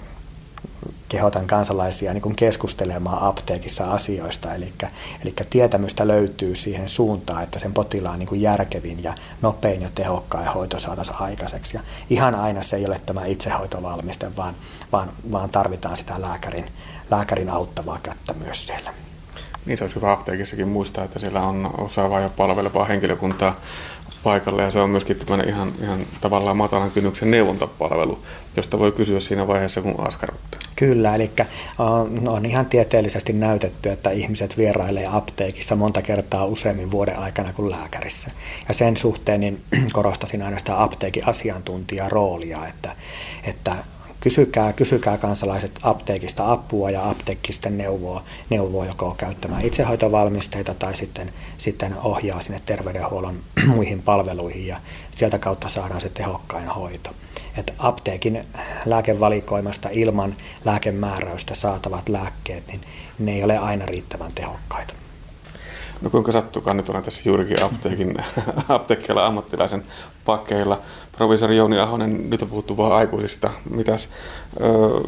kehotan kansalaisia niin kuin keskustelemaan apteekissa asioista, eli, eli tietämystä löytyy siihen suuntaan, että sen potilaan niin kuin järkevin ja nopein ja tehokkain hoito saataisiin aikaiseksi. Ja ihan aina se ei ole tämä itsehoitovalmiste, vaan, vaan, vaan tarvitaan sitä lääkärin, lääkärin auttavaa kättä myös siellä. Niin se olisi hyvä apteekissakin muistaa, että siellä on osaavaa ja palvelevaa henkilökuntaa paikalla, ja se on myöskin ihan, ihan tavallaan matalan kynnyksen neuvontapalvelu, josta voi kysyä siinä vaiheessa, kun askarruttaa. Kyllä, eli on, on ihan tieteellisesti näytetty, että ihmiset vierailee apteekissa monta kertaa useammin vuoden aikana kuin lääkärissä. Ja sen suhteen niin korostaisin aina sitä apteekin asiantuntijaroolia, että, että Kysykää, kysykää kansalaiset apteekista apua ja apteekki sitten neuvoo, neuvoo joko käyttämään itsehoitovalmisteita tai sitten, sitten ohjaa sinne terveydenhuollon muihin palveluihin ja sieltä kautta saadaan se tehokkain hoito. Et apteekin lääkevalikoimasta ilman lääkemääräystä saatavat lääkkeet, niin ne ei ole aina riittävän tehokkaita. No kuinka sattuukaan, nyt olen tässä juurikin apteekin, apteekkialan ammattilaisen pakkeilla. Proviisori Jouni Ahonen, nyt on puhuttu vaan aikuisista. Mitäs ö,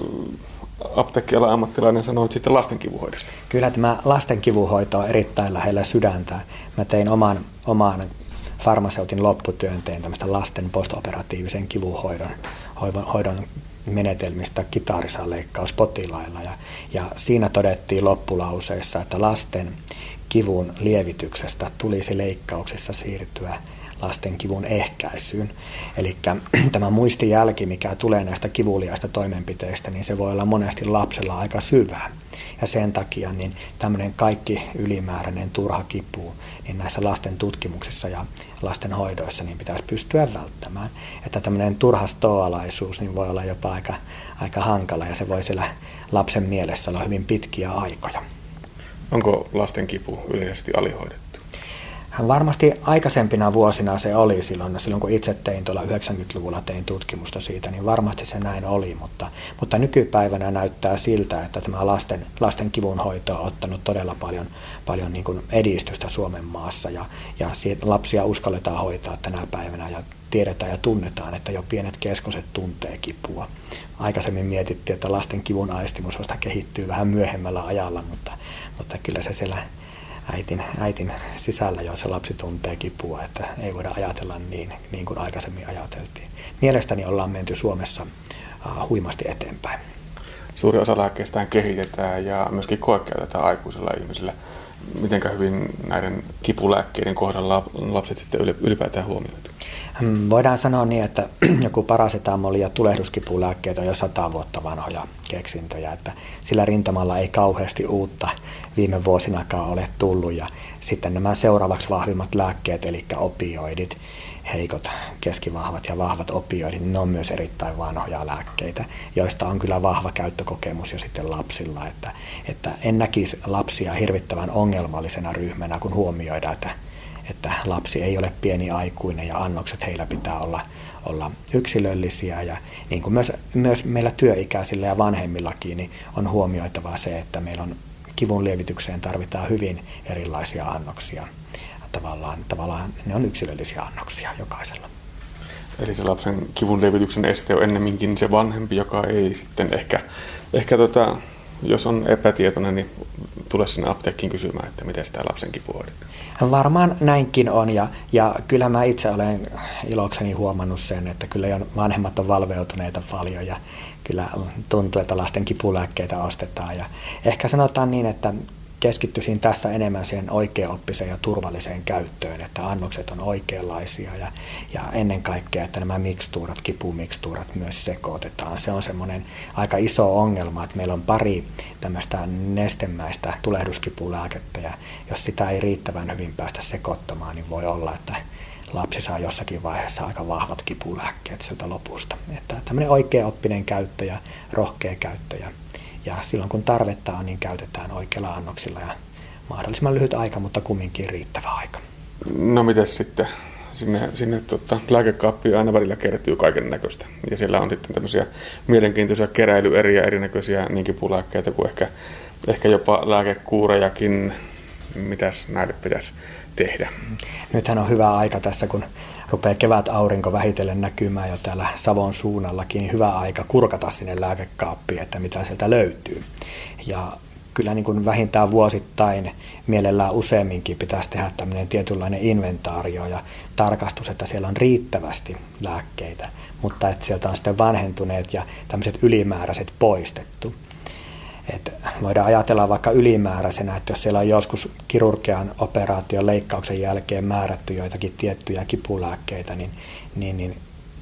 apteekkialan ammattilainen sanoo sitten lasten kivunhoidosta? Kyllä tämä lasten kivunhoito on erittäin lähellä sydäntä. Mä tein oman, oman farmaseutin lopputyönteen tämmöistä lasten postoperatiivisen kivunhoidon hoidon menetelmistä kitarisanleikkauspotilailla. Ja, ja siinä todettiin loppulauseissa, että lasten kivun lievityksestä tulisi leikkauksessa siirtyä lasten kivun ehkäisyyn. Eli tämä muistijälki, mikä tulee näistä kivuliaista toimenpiteistä, niin se voi olla monesti lapsella aika syvää. Ja sen takia niin tämmöinen kaikki ylimääräinen turha kipu niin näissä lasten tutkimuksissa ja lasten hoidoissa niin pitäisi pystyä välttämään. Että tämmöinen turha stoalaisuus niin voi olla jopa aika, aika hankala ja se voi siellä lapsen mielessä olla hyvin pitkiä aikoja. Onko lasten kipu yleisesti alihoidettu? Varmasti aikaisempina vuosina se oli silloin, silloin kun itse tein tuolla yhdeksänkymmentäluvulla tein tutkimusta siitä, niin varmasti se näin oli, mutta, mutta nykypäivänä näyttää siltä, että tämä lasten, lasten kivunhoito on ottanut todella paljon, paljon niin kuin edistystä Suomen maassa ja, ja lapsia uskalletaan hoitaa tänä päivänä ja tiedetään ja tunnetaan, että jo pienet keskoset tuntee kipua. Aikaisemmin mietittiin, että lasten kivun aistimus vasta kehittyy vähän myöhemmällä ajalla, mutta, mutta kyllä se siellä äitin, äitin sisällä jo se lapsi tuntee kipua, että ei voida ajatella niin, niin kuin aikaisemmin ajateltiin. Mielestäni ollaan menty Suomessa uh, huimasti eteenpäin. Suuri osa lääkkeistään kehitetään ja myöskin koekäytetään aikuisilla ihmisillä. Mitenkä hyvin näiden kipulääkkeiden kohdalla lapset sitten ylipäätään huomioitu? Voidaan sanoa niin, että joku parasetamoli ja tulehduskipulääkkeet on jo sata vuotta vanhoja keksintöjä, että sillä rintamalla ei kauheasti uutta viime vuosinakaan ole tullut. Ja sitten nämä seuraavaksi vahvimmat lääkkeet, eli opioidit, heikot, keskivahvat ja vahvat opioidit, niin ne on myös erittäin vanhoja lääkkeitä, joista on kyllä vahva käyttökokemus jo sitten lapsilla. Että, että en näkisi lapsia hirvittävän ongelmallisena ryhmänä, kun huomioidaan, että että lapsi ei ole pieni aikuinen ja annokset heillä pitää olla, olla yksilöllisiä. Ja niin kuin myös, myös meillä työikäisillä ja vanhemmillakin niin on huomioitavaa se, että meillä on kivun lievitykseen tarvitaan hyvin erilaisia annoksia. Tavallaan, tavallaan ne on yksilöllisiä annoksia jokaisella. Eli se lapsen kivun lievityksen este on ennemminkin se vanhempi, joka ei sitten ehkä, ehkä tota, jos on epätietoinen, niin tule sinne apteekkiin kysymään, että miten sitä lapsen kipu hoidetaan. Varmaan näinkin on, ja, ja kyllä mä itse olen ilokseni huomannut sen, että kyllä jo vanhemmat on valveutuneita paljon, ja kyllä tuntuu, että lasten kipulääkkeitä ostetaan. Ja ehkä sanotaan niin, että keskittyisin tässä enemmän siihen oikeaoppiseen ja turvalliseen käyttöön, että annokset on oikeanlaisia ja, ja ennen kaikkea, että nämä mikstuurat, kipumikstuurat myös sekoitetaan. Se on semmoinen aika iso ongelma, että meillä on pari tämmöistä nestemäistä tulehduskipulääkettä ja jos sitä ei riittävän hyvin päästä sekoittamaan, niin voi olla, että lapsi saa jossakin vaiheessa aika vahvat kipulääkkeet sieltä lopusta. Että tämmöinen oikeaoppinen käyttö ja rohkea käyttö ja Ja silloin kun tarvetta on, niin käytetään oikeilla annoksilla ja mahdollisimman lyhyt aika, mutta kumminkin riittävä aika. No mites sitten? Sinne, sinne tota, lääkekaappiin aina välillä kertyy kaiken näköistä. Ja siellä on sitten tämmöisiä mielenkiintoisia keräilyeriä, erinäköisiä niin kipulääkkeitä kuin ehkä, ehkä jopa lääkekuurejakin. Mitäs näille pitäisi tehdä? Nythän on hyvä aika tässä, kun rupeaa kevät aurinko vähitellen näkymään jo täällä Savon suunnallakin, niin hyvä aika kurkata sinne lääkekaappiin, että mitä sieltä löytyy. Ja kyllä niin kuin vähintään vuosittain, mielellään useamminkin pitäisi tehdä tämmöinen tietynlainen inventaario ja tarkastus, että siellä on riittävästi lääkkeitä, mutta että sieltä on sitten vanhentuneet ja tämmöiset ylimääräiset poistettu. Et voidaan ajatella vaikka ylimääräisenä, että jos siellä on joskus kirurgian operaation leikkauksen jälkeen määrätty joitakin tiettyjä kipulääkkeitä, niin, niin, niin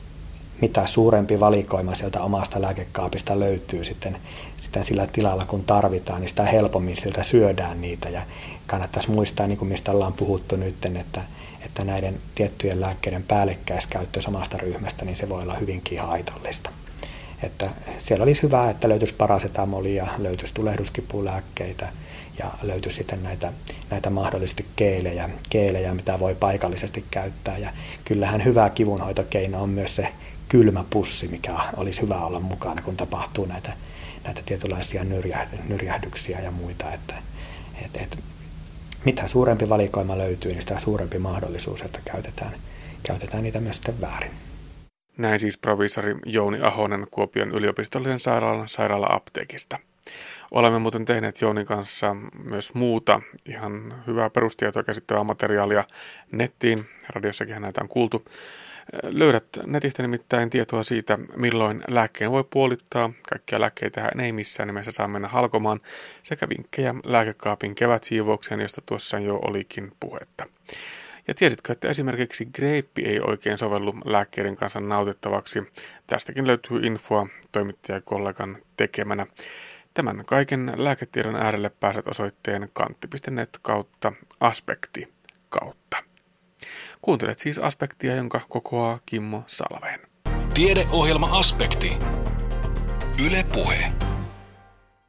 mitä suurempi valikoima sieltä omasta lääkekaapista löytyy sitten, sitten sillä tilalla, kun tarvitaan, niin sitä helpommin siltä syödään niitä. Ja kannattaisi muistaa, niin kuin mistä ollaan puhuttu nyt, että, että näiden tiettyjen lääkkeiden päällekkäiskäyttö samasta ryhmästä, niin se voi olla hyvinkin haitallista. Että siellä olisi hyvä, että löytyisi parasetamolia, löytyisi tulehduskipulääkkeitä ja löytyisi sitten näitä, näitä mahdollisesti keelejä, keelejä, mitä voi paikallisesti käyttää. Ja kyllähän hyvä kivunhoitokeino on myös se kylmä pussi, mikä olisi hyvä olla mukana, kun tapahtuu näitä, näitä tietynlaisia nyrjähdyksiä ja muita. Että, et, et, mitä suurempi valikoima löytyy, niin sitä suurempi mahdollisuus, että käytetään, käytetään niitä myös sitten väärin. Näin siis proviisori Jouni Ahonen Kuopion yliopistollisen sairaalan sairaala-apteekista. Olemme muuten tehneet Jounin kanssa myös muuta ihan hyvää perustietoa käsittävää materiaalia nettiin. Radiossakin näitä on kuultu. Löydät netistä nimittäin tietoa siitä, milloin lääkkeen voi puolittaa. Kaikkia lääkkeitä ei missään nimessä saa mennä halkomaan. Sekä vinkkejä lääkekaapin kevätsiivoukseen, josta tuossa jo olikin puhetta. Ja tiesitkö, että esimerkiksi greippi ei oikein sovellu lääkkeiden kanssa nautittavaksi? Tästäkin löytyy infoa toimittajakollegan tekemänä. Tämän kaiken lääketiedon äärelle pääset osoitteen kantti piste net kautta aspekti kautta. Kuuntelet siis Aspektia, jonka kokoaa Kimmo Salveen. Tiedeohjelma Aspekti. Yle Puhe.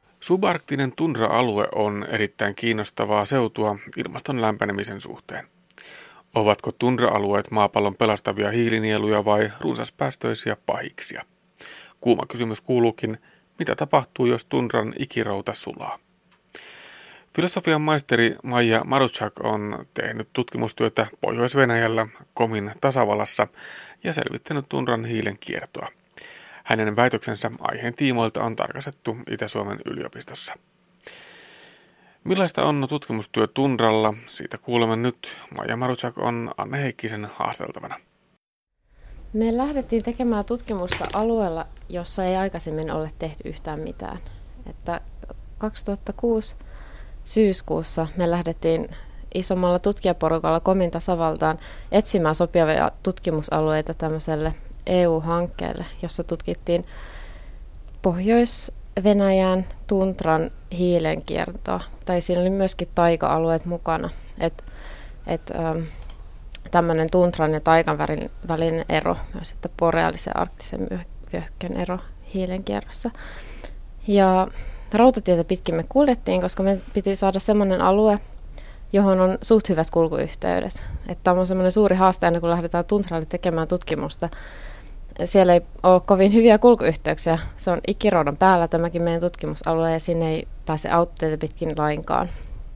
Subarktinen tundra-alue on erittäin kiinnostavaa seutua ilmaston lämpenemisen suhteen. Ovatko tundra-alueet maapallon pelastavia hiilinieluja vai runsaspäästöisiä pahiksia? Kuuma kysymys kuuluukin, mitä tapahtuu, jos tundran ikirouta sulaa? Filosofian maisteri Maija Maruchak on tehnyt tutkimustyötä Pohjois-Venäjällä Komin tasavallassa ja selvittänyt tundran hiilen kiertoa. Hänen väitöksensä aiheen tiimoilta on tarkastettu Itä-Suomen yliopistossa. Millaista on tutkimustyö tundralla? Siitä kuulemme nyt. Maija Maruchak on Anne Heikkisen haasteltavana. Me lähdettiin tekemään tutkimusta alueella, jossa ei aikaisemmin ole tehty yhtään mitään. Että kaksituhattakuusi syyskuussa me lähdettiin isommalla tutkijaporukalla Komin tasavaltaan etsimään sopivia tutkimusalueita tämmöiselle E U-hankkeelle, jossa tutkittiin Pohjois-Venäjän tundran hiilenkiertoa. Tai siinä oli myöskin taika-alueet mukana. Et, et, ähm, tämmöinen tundran ja taikan välinen ero, myös että boreaalisen ja arktisen vyöhykkeen ero hiilenkierrossa. Ja rautatietä pitkin me kuljettiin, koska me piti saada semmoinen alue, johon on suht hyvät kulkuyhteydet. Että tämä on semmoinen suuri haaste aina, kun lähdetään tundralle tekemään tutkimusta. Siellä ei ole kovin hyviä kulkuyhteyksiä. Se on ikiroudan päällä tämäkin meidän tutkimusalue ja sinne ei pääse autoteitä pitkin lainkaan.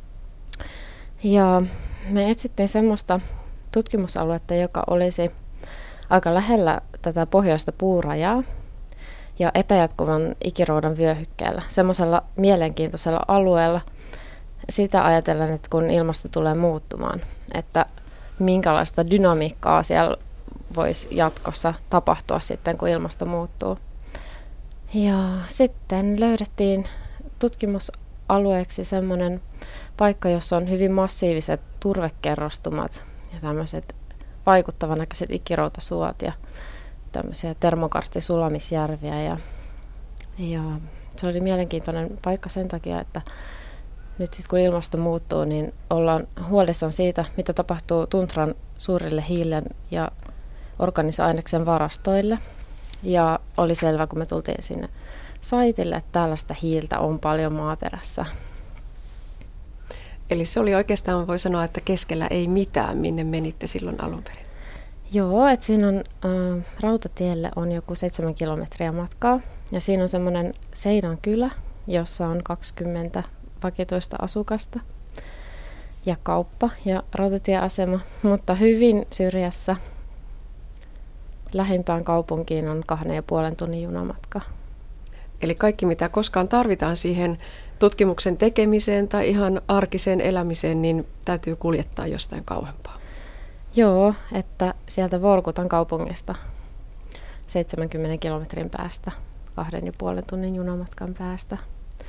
Ja me etsittiin semmoista tutkimusaluetta, joka olisi aika lähellä tätä pohjoista puurajaa ja epäjatkuvan ikiroudan vyöhykkeellä, semmoisella mielenkiintoisella alueella. Sitä ajatellen, että kun ilmasto tulee muuttumaan, että minkälaista dynamiikkaa siellä voisi jatkossa tapahtua sitten, kun ilmasto muuttuu. Ja sitten löydettiin tutkimusalueeksi semmoinen paikka, jossa on hyvin massiiviset turvekerrostumat ja tämmöiset vaikuttavan näköiset ikiroutasuot ja tämmöisiä termokarstisulamisjärviä. Ja, ja se oli mielenkiintoinen paikka sen takia, että nyt sitten kun ilmasto muuttuu, niin ollaan huolissaan siitä, mitä tapahtuu tundran suurille hiilen ja organisa-aineksen varastoille. Ja oli selvä, kun me tultiin sinne saitille, että tällaista hiiltä on paljon maaperässä. Eli se oli oikeastaan, voi sanoa, että keskellä ei mitään, minne menitte silloin alun perin. Joo, että siinä on äh, rautatielle on joku seitsemän kilometriä matkaa. Ja siinä on semmoinen Seidan kylä, jossa on kaksikymmentä vakituista asukasta ja kauppa ja rautatieasema, mutta hyvin syrjässä. Lähimpään kaupunkiin on kahden ja puolen tunnin junamatka. Eli kaikki, mitä koskaan tarvitaan siihen tutkimuksen tekemiseen tai ihan arkiseen elämiseen, niin täytyy kuljettaa jostain kauempaa. Joo, että sieltä Vorkutan kaupungista seitsemänkymmenen kilometrin päästä, kahden ja puolen tunnin junamatkan päästä.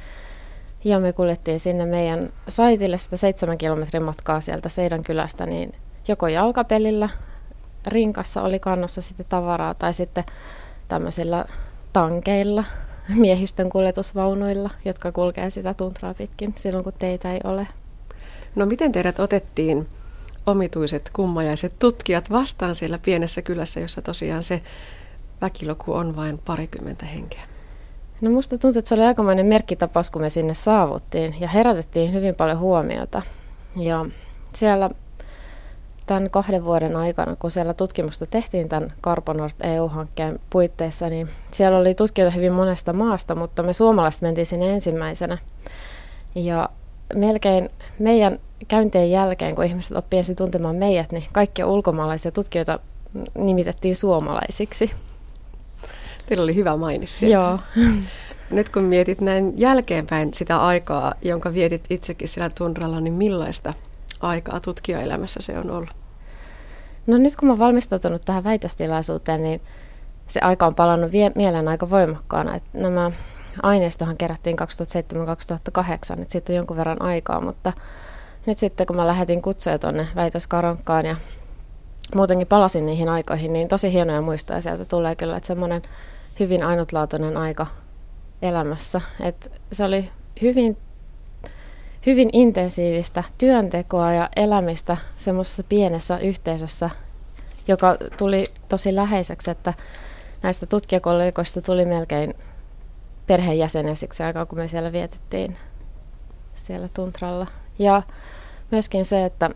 Ja me kuljettiin sinne meidän saitille sitä seitsemän kilometrin matkaa sieltä Seidan kylästä, niin joko jalkapelillä, rinkassa oli kannossa sitten tavaraa tai sitten tämmöisillä tankeilla, miehistön kuljetusvaunuilla, jotka kulkee sitä tuntraa pitkin silloin, kun teitä ei ole. No miten teidät otettiin omituiset kummajaiset tutkijat vastaan siellä pienessä kylässä, jossa tosiaan se väkiluku on vain parikymmentä henkeä? No musta tuntuu, että se oli aikamoinen merkkitapaus, kun me sinne saavuttiin ja herätettiin hyvin paljon huomiota. Ja siellä tämän kahden vuoden aikana, kun siellä tutkimusta tehtiin tämän Carbonort E U-hankkeen puitteissa, niin siellä oli tutkijoita hyvin monesta maasta, mutta me suomalaiset mentiin sinne ensimmäisenä. Ja melkein meidän käyntien jälkeen, kun ihmiset oppivat ensin tuntemaan meidät, niin kaikkia ulkomaalaisia tutkijoita nimitettiin suomalaisiksi. Teillä oli hyvä maine siellä. Joo. Nyt kun mietit näin jälkeenpäin sitä aikaa, jonka vietit itsekin siellä tundralla, niin millaista aikaa tutkijaelämässä se on ollut? No nyt kun mä oon valmistautunut tähän väitöstilaisuuteen, niin se aika on palannut vie- mieleen aika voimakkaana. Että nämä aineistohan kerättiin kaksituhattaseitsemän kaksituhattakahdeksan, että siitä on jonkun verran aikaa, mutta nyt sitten kun mä lähetin kutsuja tuonne väitöskaronkkaan ja muutenkin palasin niihin aikoihin, niin tosi hienoja muistoja sieltä tulee kyllä, että semmoinen hyvin ainutlaatuinen aika elämässä. Että se oli hyvin, hyvin intensiivistä työntekoa ja elämistä semmoisessa pienessä yhteisössä, joka tuli tosi läheiseksi, että näistä tutkijakollegoista tuli melkein perheenjäseniä siksi aikaa, kun me siellä vietettiin siellä tuntralla. Ja myöskin se, että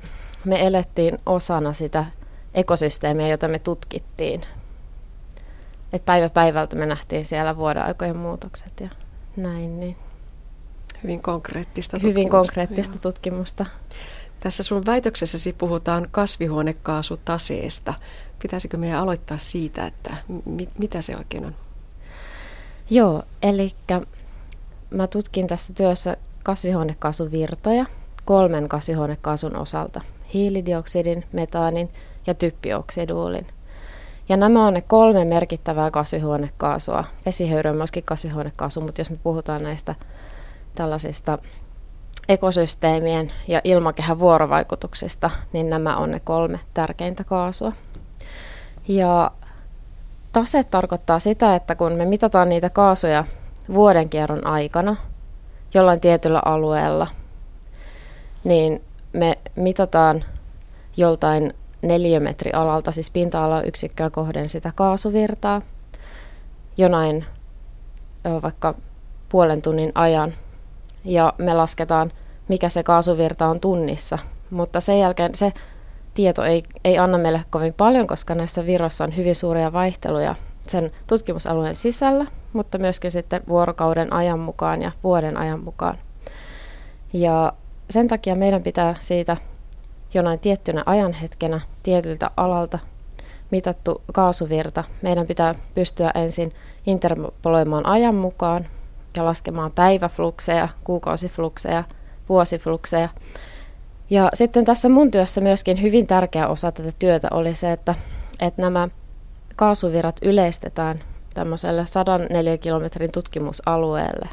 me elettiin osana sitä ekosysteemiä, jota me tutkittiin. Et päivä päivältä me nähtiin siellä vuodenaikojen muutokset ja näin. Niin. Hyvin konkreettista tutkimusta. Hyvin konkreettista joo. tutkimusta. Tässä sun väitöksessäsi puhutaan kasvihuonekaasutaseesta. Pitäisikö meidän aloittaa siitä, että mit, mitä se oikein on? Joo, eli mä tutkin tässä työssä kasvihuonekaasuvirtoja kolmen kasvihuonekaasun osalta. Hiilidioksidin, metaanin ja typpioksiduulin. Ja nämä on ne kolme merkittävää kasvihuonekaasua. Vesihöyry on myöskin kasvihuonekaasu, mutta jos me puhutaan näistä tällaisista ekosysteemien ja ilmakehän vuorovaikutuksista, niin nämä on ne kolme tärkeintä kaasua. Ja tase tarkoittaa sitä, että kun me mitataan niitä kaasuja vuodenkierron aikana jollain tietyllä alueella, niin me mitataan joltain neliömetrialalta, siis pinta-alayksikköä kohden sitä kaasuvirtaa jonain vaikka puolen tunnin ajan. Ja me lasketaan, mikä se kaasuvirta on tunnissa, mutta sen jälkeen se tieto ei, ei anna meille kovin paljon, koska näissä virroissa on hyvin suuria vaihteluja sen tutkimusalueen sisällä, mutta myöskin sitten vuorokauden ajan mukaan ja vuoden ajan mukaan. Ja sen takia meidän pitää siitä jonain tiettynä ajanhetkenä tietyltä alalta mitattu kaasuvirta. Meidän pitää pystyä ensin interpoloimaan ajan mukaan ja laskemaan päiväflukseja, kuukausiflukseja, vuosiflukseja. Ja sitten tässä mun työssä myöskin hyvin tärkeä osa tätä työtä oli se, että, että nämä kaasuvirrat yleistetään tämmöiselle sadan neliökilometrin tutkimusalueelle.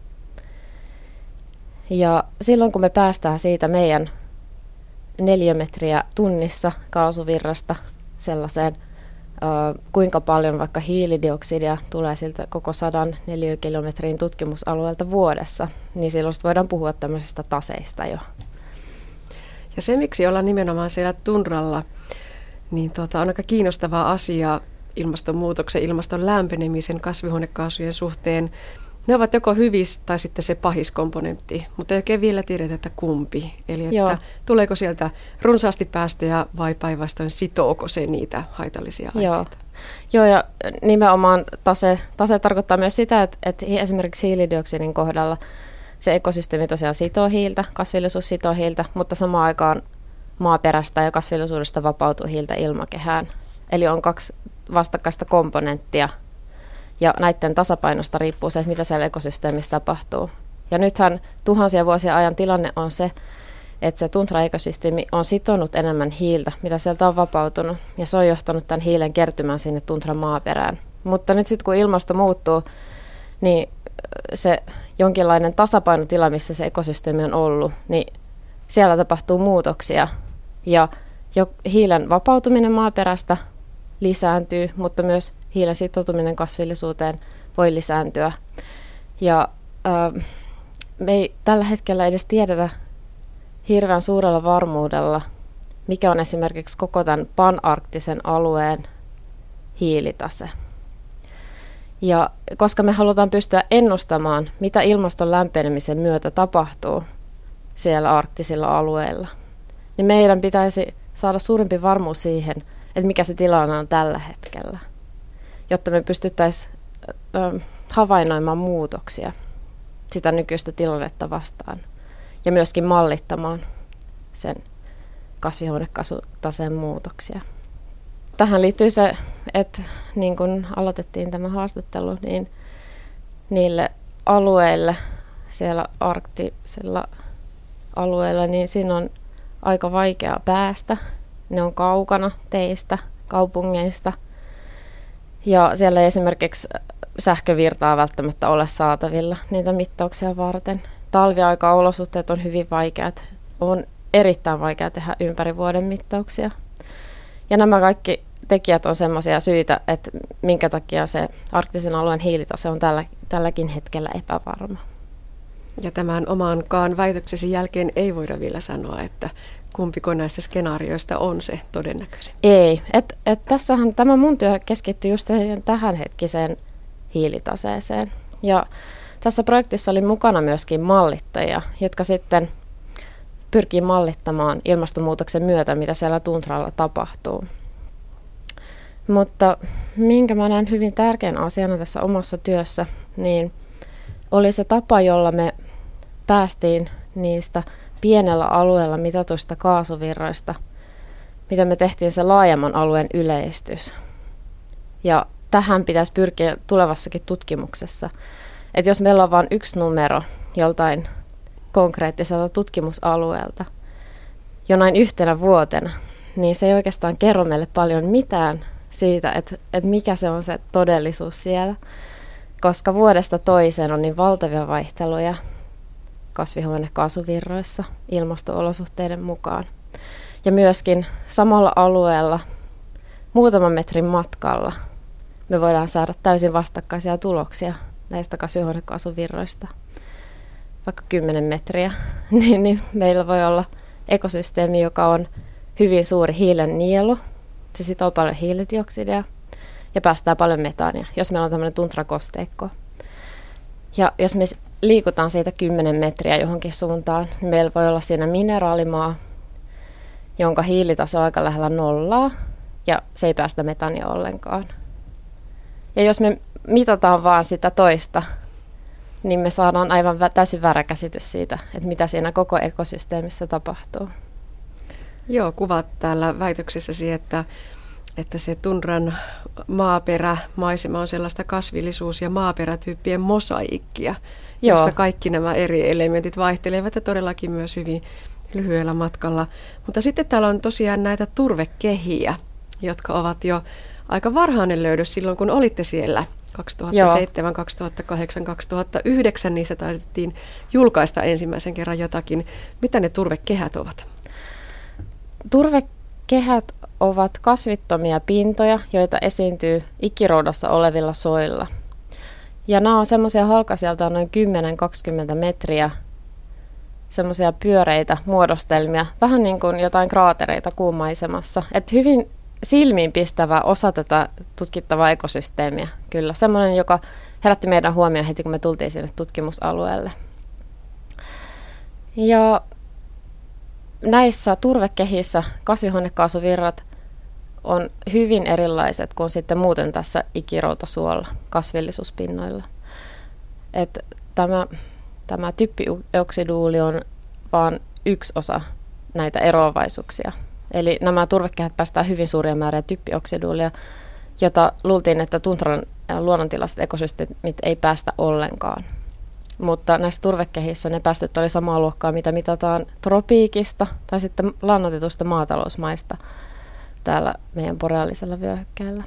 Ja silloin kun me päästään siitä meidän neliömetriä tunnissa kaasuvirrasta sellaiseen, kuinka paljon vaikka hiilidioksidia tulee siltä koko sadan neliökilometrin tutkimusalueelta vuodessa, niin silloin voidaan puhua tämmöisistä taseista jo. Ja se, miksi ollaan nimenomaan siellä tunralla, niin tuota, on aika kiinnostava asia ilmastonmuutoksen, ilmaston lämpenemisen, kasvihuonekaasujen suhteen. Ne ovat joko hyvis tai sitten se pahis komponentti, mutta ei oikein vielä tiedetä, että kumpi. Eli että Joo. tuleeko sieltä runsaasti päästöjä vai päinvastoin sitooko se niitä haitallisia aineita? Joo, Joo ja nimenomaan tase, tase tarkoittaa myös sitä, että, että esimerkiksi hiilidioksidin kohdalla se ekosysteemi tosiaan sitoo hiiltä, kasvillisuus sitoo hiiltä, mutta samaan aikaan maaperästä ja kasvillisuudesta vapautuu hiiltä ilmakehään. Eli on kaksi vastakkaista komponenttia. Ja näiden tasapainosta riippuu se, että mitä siellä ekosysteemissä tapahtuu. Ja nythän tuhansia vuosia ajan tilanne on se, että se tuntraekosysteemi on sitonut enemmän hiiltä, mitä sieltä on vapautunut. Ja se on johtanut tämän hiilen kertymään sinne tuntran maaperään. Mutta nyt sitten kun ilmasto muuttuu, niin se jonkinlainen tasapainotila, missä se ekosysteemi on ollut, niin siellä tapahtuu muutoksia. Ja jo hiilen vapautuminen maaperästä lisääntyy, mutta myös hiilen sitoutuminen kasvillisuuteen voi lisääntyä. Ja äh, me ei tällä hetkellä edes tiedetä hirveän suurella varmuudella, mikä on esimerkiksi koko tämän panarktisen alueen hiilitase. Ja koska me halutaan pystyä ennustamaan, mitä ilmaston lämpenemisen myötä tapahtuu siellä arktisilla alueilla, niin meidän pitäisi saada suurempi varmuus siihen, että mikä se tilanne on tällä hetkellä, jotta me pystyttäisiin havainnoimaan muutoksia sitä nykyistä tilannetta vastaan ja myöskin mallittamaan sen kasvihuonekaasutaseen muutoksia. Tähän liittyy se, että niin kun aloitettiin tämä haastattelu, niin niille alueille, siellä arktisella alueella, niin siinä on aika vaikea päästä. Ne on kaukana teistä, kaupungeista. Ja siellä ei esimerkiksi sähkövirtaa välttämättä ole saatavilla niitä mittauksia varten. Talviaika-olosuhteet on hyvin vaikeat. On erittäin vaikea tehdä ympäri vuoden mittauksia. Ja nämä kaikki tekijät on sellaisia syitä, että minkä takia se arktisen alueen hiilitase on tällä, tälläkin hetkellä epävarma. Ja tämän omankaan väitöksesi jälkeen ei voida vielä sanoa, että kumpiko näistä skenaarioista on se todennäköisin. Ei. Et, et tässähän tämä mun työ keskittyy just tähän hetkiseen hiilitaseeseen. Ja tässä projektissa oli mukana myöskin mallittajia, jotka sitten pyrkii mallittamaan ilmastonmuutoksen myötä, mitä siellä tundralla tapahtuu. Mutta minkä mä näen hyvin tärkeän asiana tässä omassa työssä, niin oli se tapa, jolla me päästiin niistä pienellä alueella mitatuista kaasuvirroista, mitä me tehtiin se laajemman alueen yleistys. Ja tähän pitäisi pyrkiä tulevassakin tutkimuksessa. Että jos meillä on vain yksi numero joltain konkreettiselta tutkimusalueelta jonain yhtenä vuotena, niin se ei oikeastaan kerro meille paljon mitään siitä, että, että mikä se on se todellisuus siellä, koska vuodesta toiseen on niin valtavia vaihteluja kasvihuonekaasuvirroissa ilmasto-olosuhteiden mukaan. Ja myöskin samalla alueella muutaman metrin matkalla me voidaan saada täysin vastakkaisia tuloksia näistä kasvihuonekaasuvirroista. Vaikka kymmenen metriä, niin, niin meillä voi olla ekosysteemi, joka on hyvin suuri hiilen nielu. Se sitoo paljon hiilidioksidia ja päästää paljon metaania, jos meillä on tämmöinen tuntrakosteikko. Ja jos me liikutaan siitä kymmenen metriä johonkin suuntaan, niin meillä voi olla siinä mineraalimaa, jonka hiilitaso on aika lähellä nollaa, ja se ei päästä metania ollenkaan. Ja jos me mitataan vaan sitä toista, niin me saadaan aivan täysin väärä käsitys siitä, että mitä siinä koko ekosysteemissä tapahtuu. Joo, kuvat täällä väitöksessäsi, että, että se tundran maaperämaisema on sellaista kasvillisuus- ja maaperätyyppien mosaikkia, Joo. jossa kaikki nämä eri elementit vaihtelevat ja todellakin myös hyvin lyhyellä matkalla. Mutta sitten täällä on tosiaan näitä turvekehiä, jotka ovat jo aika varhainen löydös silloin, kun olitte siellä kaksituhattaseitsemän, kaksituhattakahdeksan, kaksituhattayhdeksän. Niissä taidettiin julkaista ensimmäisen kerran jotakin. Mitä ne turvekehät ovat? Turvekehät ovat kasvittomia pintoja, joita esiintyy ikiroudassa olevilla soilla. Ja nämä on semmoisia halkaisijaltaan noin kymmenen kaksikymmentä metriä, semmoisia pyöreitä muodostelmia, vähän niin kuin jotain kraatereita kuun maisemassa. Et hyvin silmiinpistävä osa tätä tutkittavaa ekosysteemiä, kyllä. Semmoinen, joka herätti meidän huomioon heti, kun me tultiin sinne tutkimusalueelle. Ja näissä turvekehissä kasvihuonekaasuvirrat on hyvin erilaiset kuin sitten muuten tässä ikiroutasuolla kasvillisuuspinnoilla. Et tämä, tämä typpioksiduuli on vain yksi osa näitä eroavaisuuksia. Eli nämä turvekehät päästää hyvin suuria määriä typpioksiduulia, jota luultiin, että tundran luonnontilaiset ekosysteemit ei päästä ollenkaan. Mutta näissä turvekehissä ne päästöt oli samaa luokkaa, mitä mitataan tropiikista tai sitten lannoitetusta maatalousmaista täällä meidän boreaalisella vyöhykkeellä.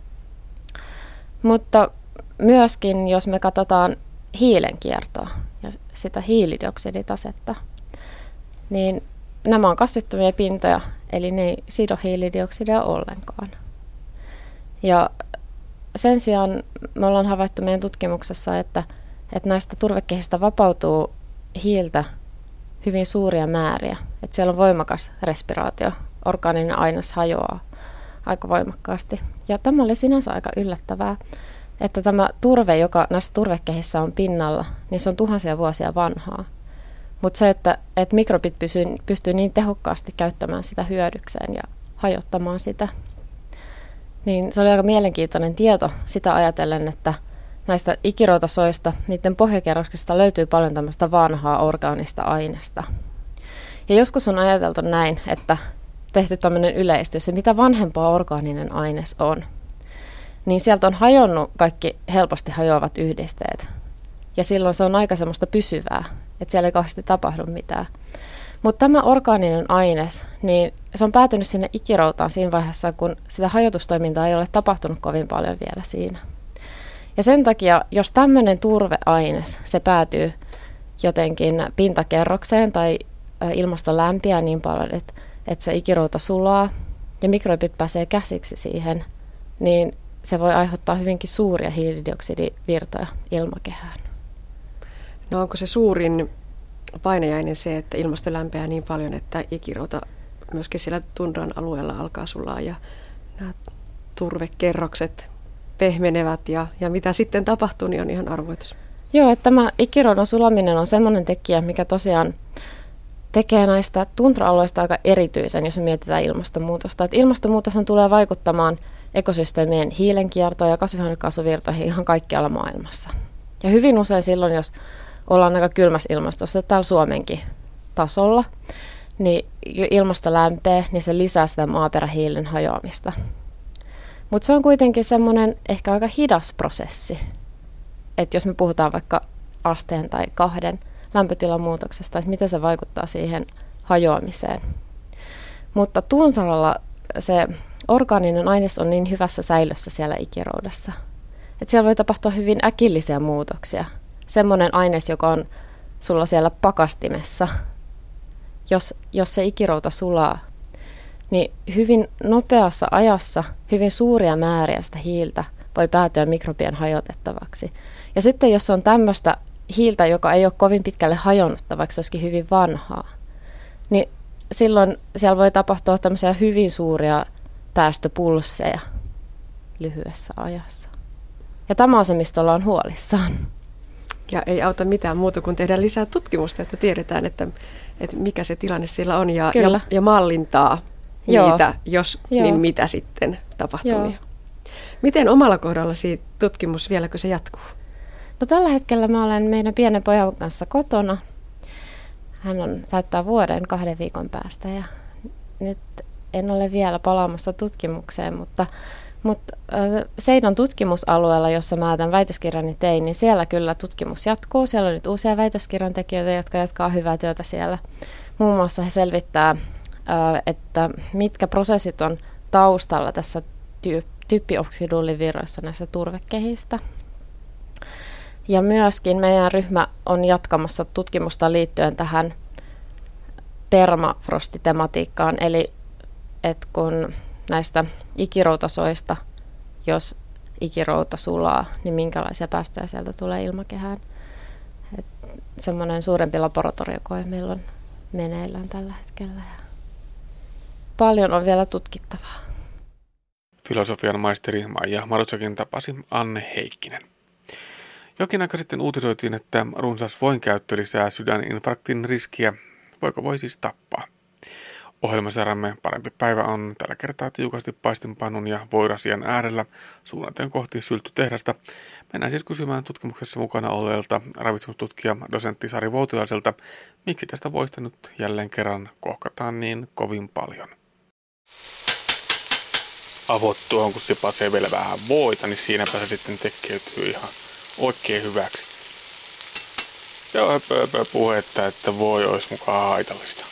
Mutta myöskin, jos me katsotaan hiilenkiertoa ja sitä hiilidioksiditasetta, niin nämä on kasvittomia pintoja, eli ne ei sido hiilidioksidia ollenkaan. Ja sen sijaan me ollaan havaittu meidän tutkimuksessa, että, että näistä turvekehistä vapautuu hiiltä hyvin suuria määriä. Että siellä on voimakas respiraatio, orgaaninen aines hajoaa aika voimakkaasti. Ja tämä oli sinänsä aika yllättävää, että tämä turve, joka näissä turvekehissä on pinnalla, niin se on tuhansia vuosia vanhaa. Mutta se, että, että mikrobit pysyy, pystyy niin tehokkaasti käyttämään sitä hyödykseen ja hajottamaan sitä, niin se oli aika mielenkiintoinen tieto sitä ajatellen, että näistä ikiroutasoista, niiden pohjakerroksista löytyy paljon tämmöistä vanhaa orgaanista aineesta. Ja joskus on ajateltu näin, että tehty tämmöinen yleistys, että mitä vanhempaa orgaaninen aines on, niin sieltä on hajonnut kaikki helposti hajoavat yhdisteet. Ja silloin se on aika semmoista pysyvää, että siellä ei kauheasti tapahdu mitään. Mutta tämä orgaaninen aines, niin se on päätynyt sinne ikiroutaan siinä vaiheessa, kun sitä hajotustoimintaa ei ole tapahtunut kovin paljon vielä siinä. Ja sen takia, jos tämmöinen turveaines, se päätyy jotenkin pintakerrokseen tai ilmasto lämpiää niin paljon, että, että se ikirouta sulaa ja mikrobit pääsee käsiksi siihen, niin se voi aiheuttaa hyvinkin suuria hiilidioksidivirtoja ilmakehään. No onko se suurin painajainen se, että ilmasto lämpeää niin paljon, että ikirouta myöskin siellä tundran alueella alkaa sulaa ja nämä turvekerrokset pehmenevät ja, ja mitä sitten tapahtuu, niin on ihan arvoitus. Joo, että tämä ikiroudan sulaminen on semmoinen tekijä, mikä tosiaan tekee näistä tuntra-alueista aika erityisen, jos me mietitään ilmastonmuutosta. Et ilmastonmuutoshan tulee vaikuttamaan ekosysteemien hiilenkiertoon ja kasvihuonekaasuvirtoihin ihan kaikkialla maailmassa. Ja hyvin usein silloin, jos ollaan aika kylmässä ilmastossa, täällä Suomenkin tasolla, niin ilmasto lämpee, niin se lisää sitä maaperähiilen hajoamista. Mutta se on kuitenkin semmoinen ehkä aika hidas prosessi, että jos me puhutaan vaikka asteen tai kahden lämpötilan muutoksesta, että miten se vaikuttaa siihen hajoamiseen. Mutta tuntralla se orgaaninen aines on niin hyvässä säilössä siellä ikiroudassa, että siellä voi tapahtua hyvin äkillisiä muutoksia. Semmoinen aines, joka on sulla siellä pakastimessa, jos, jos se ikirouta sulaa, niin hyvin nopeassa ajassa hyvin suuria määriä sitä hiiltä voi päätyä mikrobien hajotettavaksi. Ja sitten jos on tämmöistä hiiltä, joka ei ole kovin pitkälle hajonnutta, vaikka se olisikin hyvin vanhaa, niin silloin siellä voi tapahtua tämmöisiä hyvin suuria päästöpulsseja lyhyessä ajassa. Ja tämä on se, mistä ollaan huolissaan. Ja ei auta mitään muuta kuin tehdä lisää tutkimusta, että tiedetään, että, että mikä se tilanne siellä on ja, ja, ja mallintaa Joo. niitä, jos Joo. niin mitä sitten tapahtumia. Joo. Miten omalla kohdallasi tutkimus, vieläkö se jatkuu? No tällä hetkellä mä olen meidän pienen pojan kanssa kotona. Hän on täyttää vuoden kahden viikon päästä ja nyt en ole vielä palaamassa tutkimukseen, mutta, mutta Seidan tutkimusalueella, jossa mä tämän väitöskirjani tein, niin siellä kyllä tutkimus jatkuu. Siellä on nyt uusia väitöskirjan tekijöitä, jotka jatkaa hyvää työtä siellä. Muun muassa he selvittää, että mitkä prosessit on taustalla tässä typpioksidulivirroissa näissä turvekehistä. Ja myöskin meidän ryhmä on jatkamassa tutkimusta liittyen tähän permafrostitematiikkaan, eli että kun näistä ikiroutasoista, jos ikirouta sulaa, niin minkälaisia päästöjä sieltä tulee ilmakehään. Semmoinen suurempi laboratoriokoe meillä on meneillään tällä hetkellä. Ja paljon on vielä tutkittavaa. Filosofian maisteri Maija Marutsakin tapasi Anne Heikkinen. Jokin aika sitten uutisoitiin, että runsas voinkäyttö lisää sydäninfarktin riskiä. Voiko voi siis tappaa? Ohjelmasarjamme Parempi päivä on tällä kertaa tiukasti paistinpannun ja voirasian äärellä suunnaten kohti sylttytehdasta. Mennään siis kysymään tutkimuksessa mukana olleelta ravitsemustutkija dosentti Sari Voutilalaiselta, miksi tästä voista nyt jälleen kerran kohkataan niin kovin paljon. Avottuaan, kun se pasee vielä vähän voita, niin siinäpä se sitten tekeytyy ihan oikein hyväksi. Joo, höpö, höpö puhetta, että voi olisi mukaan haitallista.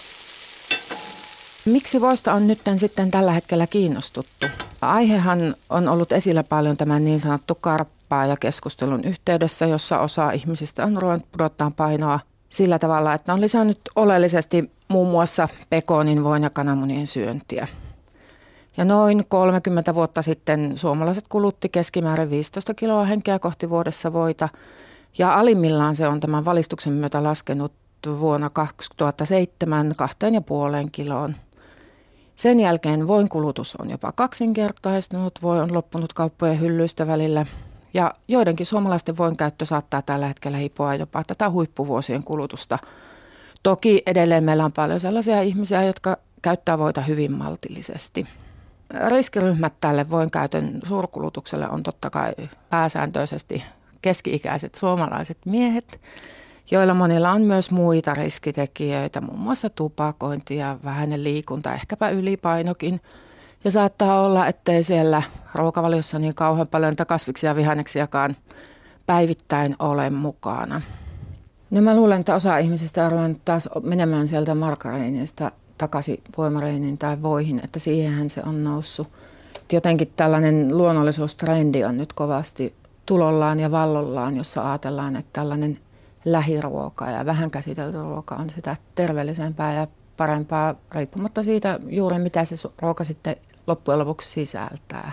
Miksi voista on nyt sitten tällä hetkellä kiinnostuttu? Aihehan on ollut esillä paljon tämän niin sanottu karppaa ja keskustelun yhteydessä, jossa osa ihmisistä on ruvennut pudottaa painoa sillä tavalla, että on lisännyt oleellisesti muun muassa pekonin, voin ja kananmunien syöntiä. Ja noin kolmekymmentä vuotta sitten suomalaiset kulutti keskimäärin viisitoista kiloa henkeä kohti vuodessa voita. Ja alimmillaan se on tämän valistuksen myötä laskenut vuonna kaksituhattaseitsemän kahteen ja puoleen kiloon. Sen jälkeen voin kulutus on jopa kaksinkertaistunut, voi on loppunut kauppojen hyllyistä välillä. Ja joidenkin suomalaisten voin käyttö saattaa tällä hetkellä hipoa jopa tätä huippuvuosien kulutusta. Toki edelleen meillä on paljon sellaisia ihmisiä, jotka käyttää voita hyvin maltillisesti. Riskiryhmät tälle voinkäytön suurkulutukselle on totta kai pääsääntöisesti keski-ikäiset suomalaiset miehet, joilla monilla on myös muita riskitekijöitä, muun muassa tupakointi ja vähäinen liikunta, ehkäpä ylipainokin. Ja saattaa olla, ettei siellä ruokavaliossa niin kauhean paljon kasviksia ja vihanneksiakaan päivittäin ole mukana. No mä luulen, että osa ihmisistä on ruvennut taas menemään sieltä margariniista takaisin voimareiniin tai voihin, että siihenhän se on noussut. Jotenkin tällainen luonnollisuustrendi on nyt kovasti tulollaan ja vallollaan, jossa ajatellaan, että tällainen lähiruoka ja vähän käsitelty ruoka on sitä terveellisempää ja parempaa, riippumatta siitä juuri mitä se ruoka sitten loppujen lopuksi sisältää.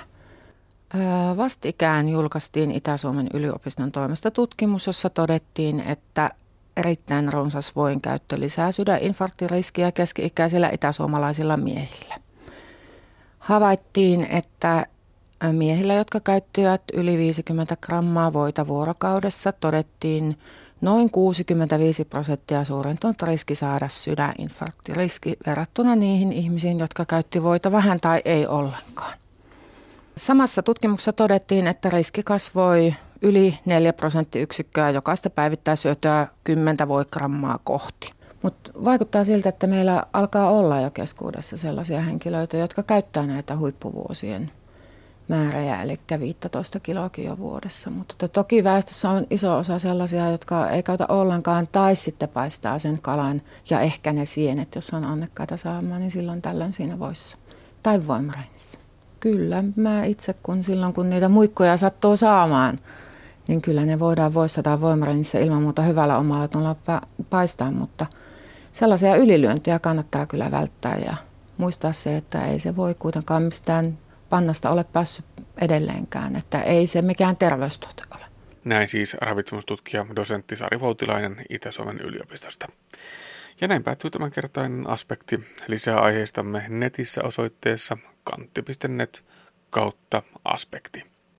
Vastikään julkaistiin Itä-Suomen yliopiston toimesta tutkimus, jossa todettiin, että erittäin runsas voinkäyttö lisää sydäninfarktiriskiä keski-ikäisillä itäsuomalaisilla miehillä. Havaittiin, että miehillä, jotka käyttivät yli viisikymmentä grammaa voita vuorokaudessa, todettiin noin kuusikymmentäviisi prosenttia suurentunut riski saada sydäninfarkti. Riski verrattuna niihin ihmisiin, jotka käytti voita vähän tai ei ollenkaan. Samassa tutkimuksessa todettiin, että riski kasvoi yli neljä prosenttiyksikköä jokaista päivittäisyötyä kymmentä voigrammaa kohti. Mutta vaikuttaa siltä, että meillä alkaa olla jo keskuudessa sellaisia henkilöitä, jotka käyttää näitä huippuvuosien määrejä, eli viisitoista kiloakin jo vuodessa. Mutta toki väestössä on iso osa sellaisia, jotka ei käytä ollenkaan tai sitten paistaa sen kalan ja ehkä ne sienet, jos on onnekkaita saamaan, niin silloin tällöin siinä voissa. Tai voimareinissa. Kyllä, mä itse kun silloin kun niitä muikkuja sattuu saamaan, niin kyllä ne voidaan voissa tai voimareinissa ilman muuta hyvällä omalla tunnolla paistaa, mutta sellaisia ylilyöntiä kannattaa kyllä välttää ja muistaa se, että ei se voi kuitenkaan mistään pannasta ole päässyt edelleenkään, että ei se mikään terveystuote ole. Näin siis ravitsemustutkija dosentti Sari Voutilainen Itä-Suomen yliopistosta. Ja näin päättyy tämänkertainen aspekti. Lisää aiheistamme netissä osoitteessa kantti piste net kautta aspekti.